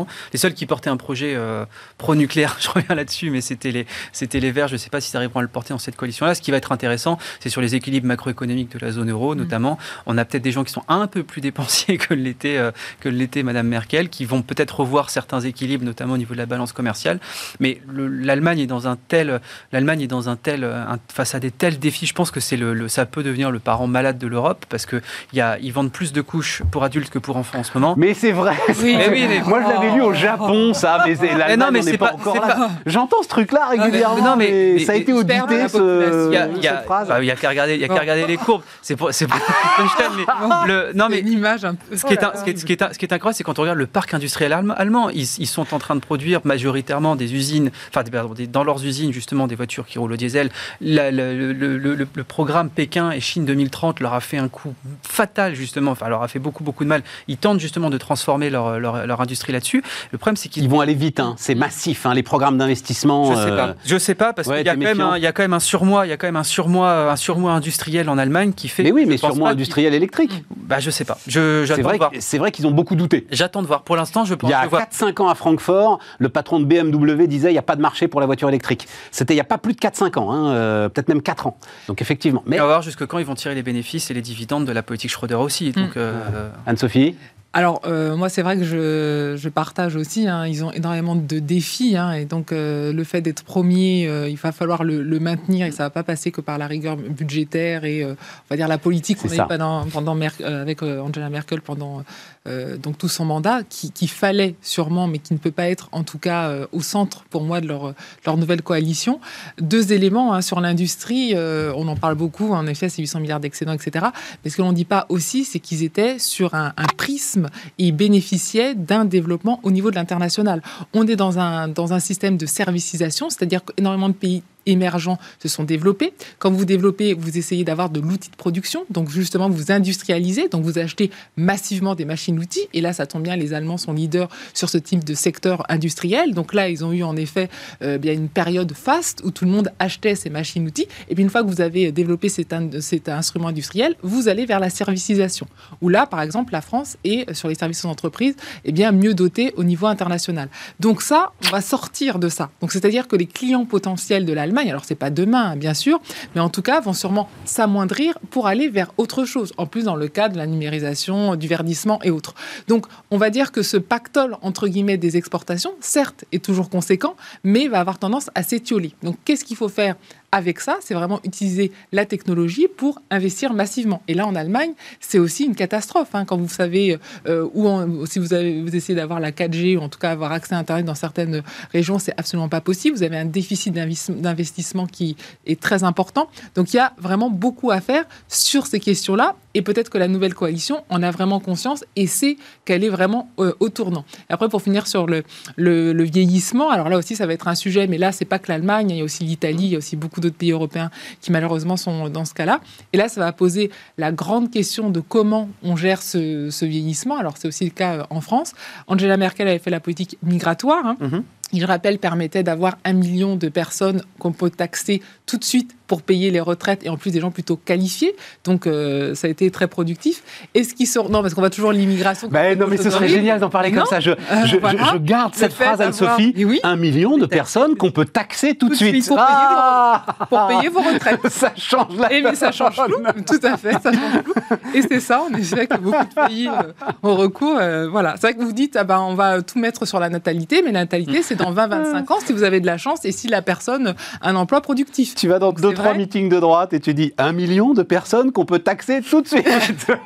malheureusement. Les seuls qui portaient un projet euh, pro-nucléaire, je reviens là-dessus, mais c'était les, c'était les Verts. Je ne sais pas si ça arriveront à le porter dans cette coalition-là. Ce qui va être intéressant, c'est sur les équilibres macroéconomiques de la zone euro, notamment. Mmh. On a peut-être des gens qui sont un peu plus dépensiers que l'était, euh, que l'était Madame Merkel, qui vont peut-être revoir certains équilibres, notamment au niveau de la balance commerciale. Mais le, l'Allemagne est dans un tel, l'Allemagne est dans un tel, un, face à des tels défis. Je pense que c'est le, le, ça peut devenir le parent malade de l'Europe parce que il y a, ils vendent plus de couches pour adultes que pour enfants en ce moment. Mais c'est vrai. Oui, mais oui, mais... Moi, je l'avais lu au Japon, ça. Mais l'Allemagne, non, mais on n'est pas, pas encore là. Pas... J'entends ce truc-là régulièrement. Non, mais, mais, mais ça a été audité, ce, il y a, il y a, cette phrase. Bah, il y a qu'à regarder, il y a qu'à regarder les courbes. C'est pour, c'est pour mais le, non, mais une image un peu. Ce qui est, un, ce qui est, ce qui est, ce qui est incroyable, c'est quand on regarde le parc industriel allemand, ils, ils sont en train de produire majoritairement des usines, enfin, des, dans leurs usines justement des voitures qui roulent au diesel. La, la, le, le, le, le programme Pékin et Chine deux mille trente leur a fait un coup fatal justement, enfin leur a fait beaucoup beaucoup de mal. Ils tentent justement de transformer leur, leur, leur industrie là-dessus. Le problème c'est qu'ils ils vont aller vite, hein. C'est massif, hein, les programmes d'investissement. Je sais pas, je sais pas parce ouais, qu'il y a quand même un, il y a quand même un surmoi, il y a quand même un surmoi, un surmoi industriel en Allemagne qui fait. Mais oui, mais surmoi industriel électrique. Bah je sais pas. Je, c'est vrai, de voir. C'est vrai qu'ils ont beaucoup douté. J'attends de voir. Pour l'instant, je pense. Il y a quatre cinq ans à Francfort, le patron de B M W disait il n'y a pas de marché pour la voiture électrique. C'était il n'y a pas plus de quatre cinq ans, hein, euh, peut-être même quatre ans. Donc effectivement. Mais on va voir jusque quand ils vont tirer les bénéfices et les dividendes de la politique Schröder aussi. Donc, mmh. euh... Anne-Sophie ? Alors, euh, moi, c'est vrai que je, je partage aussi. Hein, ils ont énormément de défis. Hein, et donc, euh, le fait d'être premier, euh, il va falloir le, le maintenir. Et ça ne va pas passer que par la rigueur budgétaire et, euh, on va dire, la politique qu'on a eu pendant, pendant Mer- euh, avec euh, Angela Merkel pendant euh, donc, tout son mandat, qui, qui fallait sûrement, mais qui ne peut pas être, en tout cas, euh, au centre, pour moi, de leur, leur nouvelle coalition. Deux éléments hein, sur l'industrie. Euh, on en parle beaucoup. En effet, c'est huit cents milliards d'excédents, et cetera. Mais ce que l'on ne dit pas aussi, c'est qu'ils étaient sur un, un prisme et bénéficiaient d'un développement au niveau de l'international. On est dans un, dans un système de servicisation, c'est-à-dire qu'énormément de pays émergents se sont développés. Quand vous développez, vous essayez d'avoir de l'outil de production, donc justement vous industrialisez, donc vous achetez massivement des machines-outils, et là ça tombe bien, les Allemands sont leaders sur ce type de secteur industriel, donc là ils ont eu en effet euh, bien une période faste où tout le monde achetait ces machines-outils, et puis une fois que vous avez développé cet, un, cet instrument industriel, vous allez vers la servicisation, où là par exemple la France est sur les services d'entreprise eh bien mieux dotée au niveau international. Donc ça, on va sortir de ça. Donc c'est-à-dire que les clients potentiels de l'Allemagne, alors c'est pas demain bien sûr, mais en tout cas vont sûrement s'amoindrir pour aller vers autre chose, en plus dans le cas de la numérisation, du verdissement et autres. Donc on va dire que ce pactole entre guillemets des exportations, certes est toujours conséquent, mais va avoir tendance à s'étioler. Donc qu'est-ce qu'il faut faire avec ça? C'est vraiment utiliser la technologie pour investir massivement. Et là, en Allemagne, c'est aussi une catastrophe. Hein, quand vous savez, euh, ou en, si vous, avez, vous essayez d'avoir la quatre G, ou en tout cas avoir accès à Internet dans certaines régions, c'est absolument pas possible. Vous avez un déficit d'investissement qui est très important. Donc, il y a vraiment beaucoup à faire sur ces questions-là. Et peut-être que la nouvelle coalition en a vraiment conscience et sait qu'elle est vraiment euh, au tournant. Et après, pour finir sur le, le, le vieillissement, alors là aussi, ça va être un sujet, mais là, c'est pas que l'Allemagne, il y a aussi l'Italie, il y a aussi beaucoup d'autres pays européens qui malheureusement sont dans ce cas-là. Et là, ça va poser la grande question de comment on gère ce, ce vieillissement. Alors, c'est aussi le cas en France. Angela Merkel avait fait la politique migratoire, hein. Mm-hmm. Il, je rappelle, permettait d'avoir un million de personnes qu'on peut taxer tout de suite pour payer les retraites, et en plus des gens plutôt qualifiés. Donc, euh, ça a été très productif. Et ce qui sort... Non, parce qu'on va toujours l'immigration... Ben non, mais ce serait génial d'en parler non. comme ça. Je, je, voilà. je, je garde cette phrase, Anne-Sophie. Oui, un million de personnes qu'on peut taxer tout, tout de suite. suite pour, ah payer vos, pour payer vos retraites. Ça change la Et mais ça change tout. Tout à fait, ça change tout. Et c'est ça, en effet, que beaucoup de pays euh, ont recours. Euh, voilà. C'est vrai que vous dites, ah ben, on va tout mettre sur la natalité, mais la natalité, c'est dans vingt à vingt-cinq ans, si vous avez de la chance, et si la personne a un emploi productif. Tu vas dans deux, trois meetings de droite et tu dis un million de personnes qu'on peut taxer tout de suite.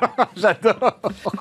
J'adore.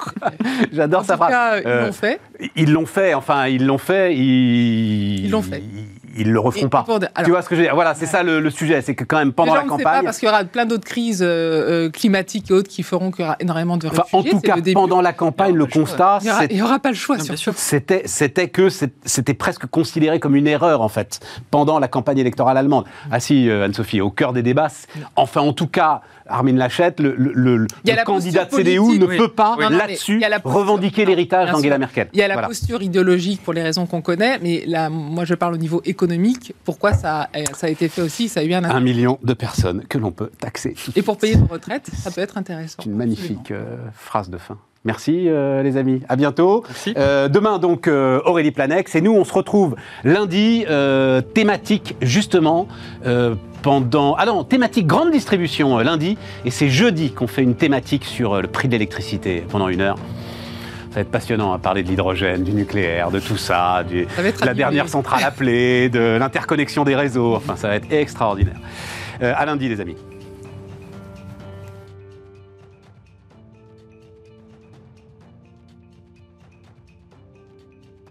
J'adore sa phrase. En tout cas, ils euh, l'ont fait. Ils l'ont fait, enfin, ils l'ont fait. Ils, ils l'ont fait. Ils ne le referont et, pas. Alors, tu vois ce que je veux dire? Voilà, c'est ouais. ça le, le sujet. C'est que quand même, pendant déjà, la on campagne... Sait pas, parce qu'il y aura plein d'autres crises euh, climatiques et autres qui feront qu'il y aura énormément de réfugiés. Enfin, en tout cas, pendant la campagne, le constat... Il n'y aura pas le choix, surtout. C'était, c'était que c'était presque considéré comme une erreur, en fait, pendant la campagne électorale allemande. Ah si, euh, Anne-Sophie, au cœur des débats. Enfin, en tout cas, Armin Laschet, le, le, le, le candidat de C D U, ne oui. peut pas, oui. là-dessus, revendiquer l'héritage d'Angela Merkel. Il y a la voilà. posture idéologique pour les raisons qu'on connaît, mais là, moi, je parle au niveau économique. Pourquoi ça, ça a été fait aussi, ça a eu un Un million de personnes que l'on peut taxer. Et pour payer nos retraites, ça peut être intéressant. C'est une magnifique euh, phrase de fin. Merci euh, les amis, à bientôt. Euh, demain donc euh, Aurélie Planex et nous on se retrouve lundi, euh, thématique justement euh, pendant... Ah non, thématique grande distribution euh, lundi et c'est jeudi qu'on fait une thématique sur euh, le prix de l'électricité pendant une heure. Ça va être passionnant à parler de l'hydrogène, du nucléaire, de tout ça, du, de la dernière centrale appelée, de l'interconnexion des réseaux, enfin ça va être extraordinaire. Euh, à lundi les amis.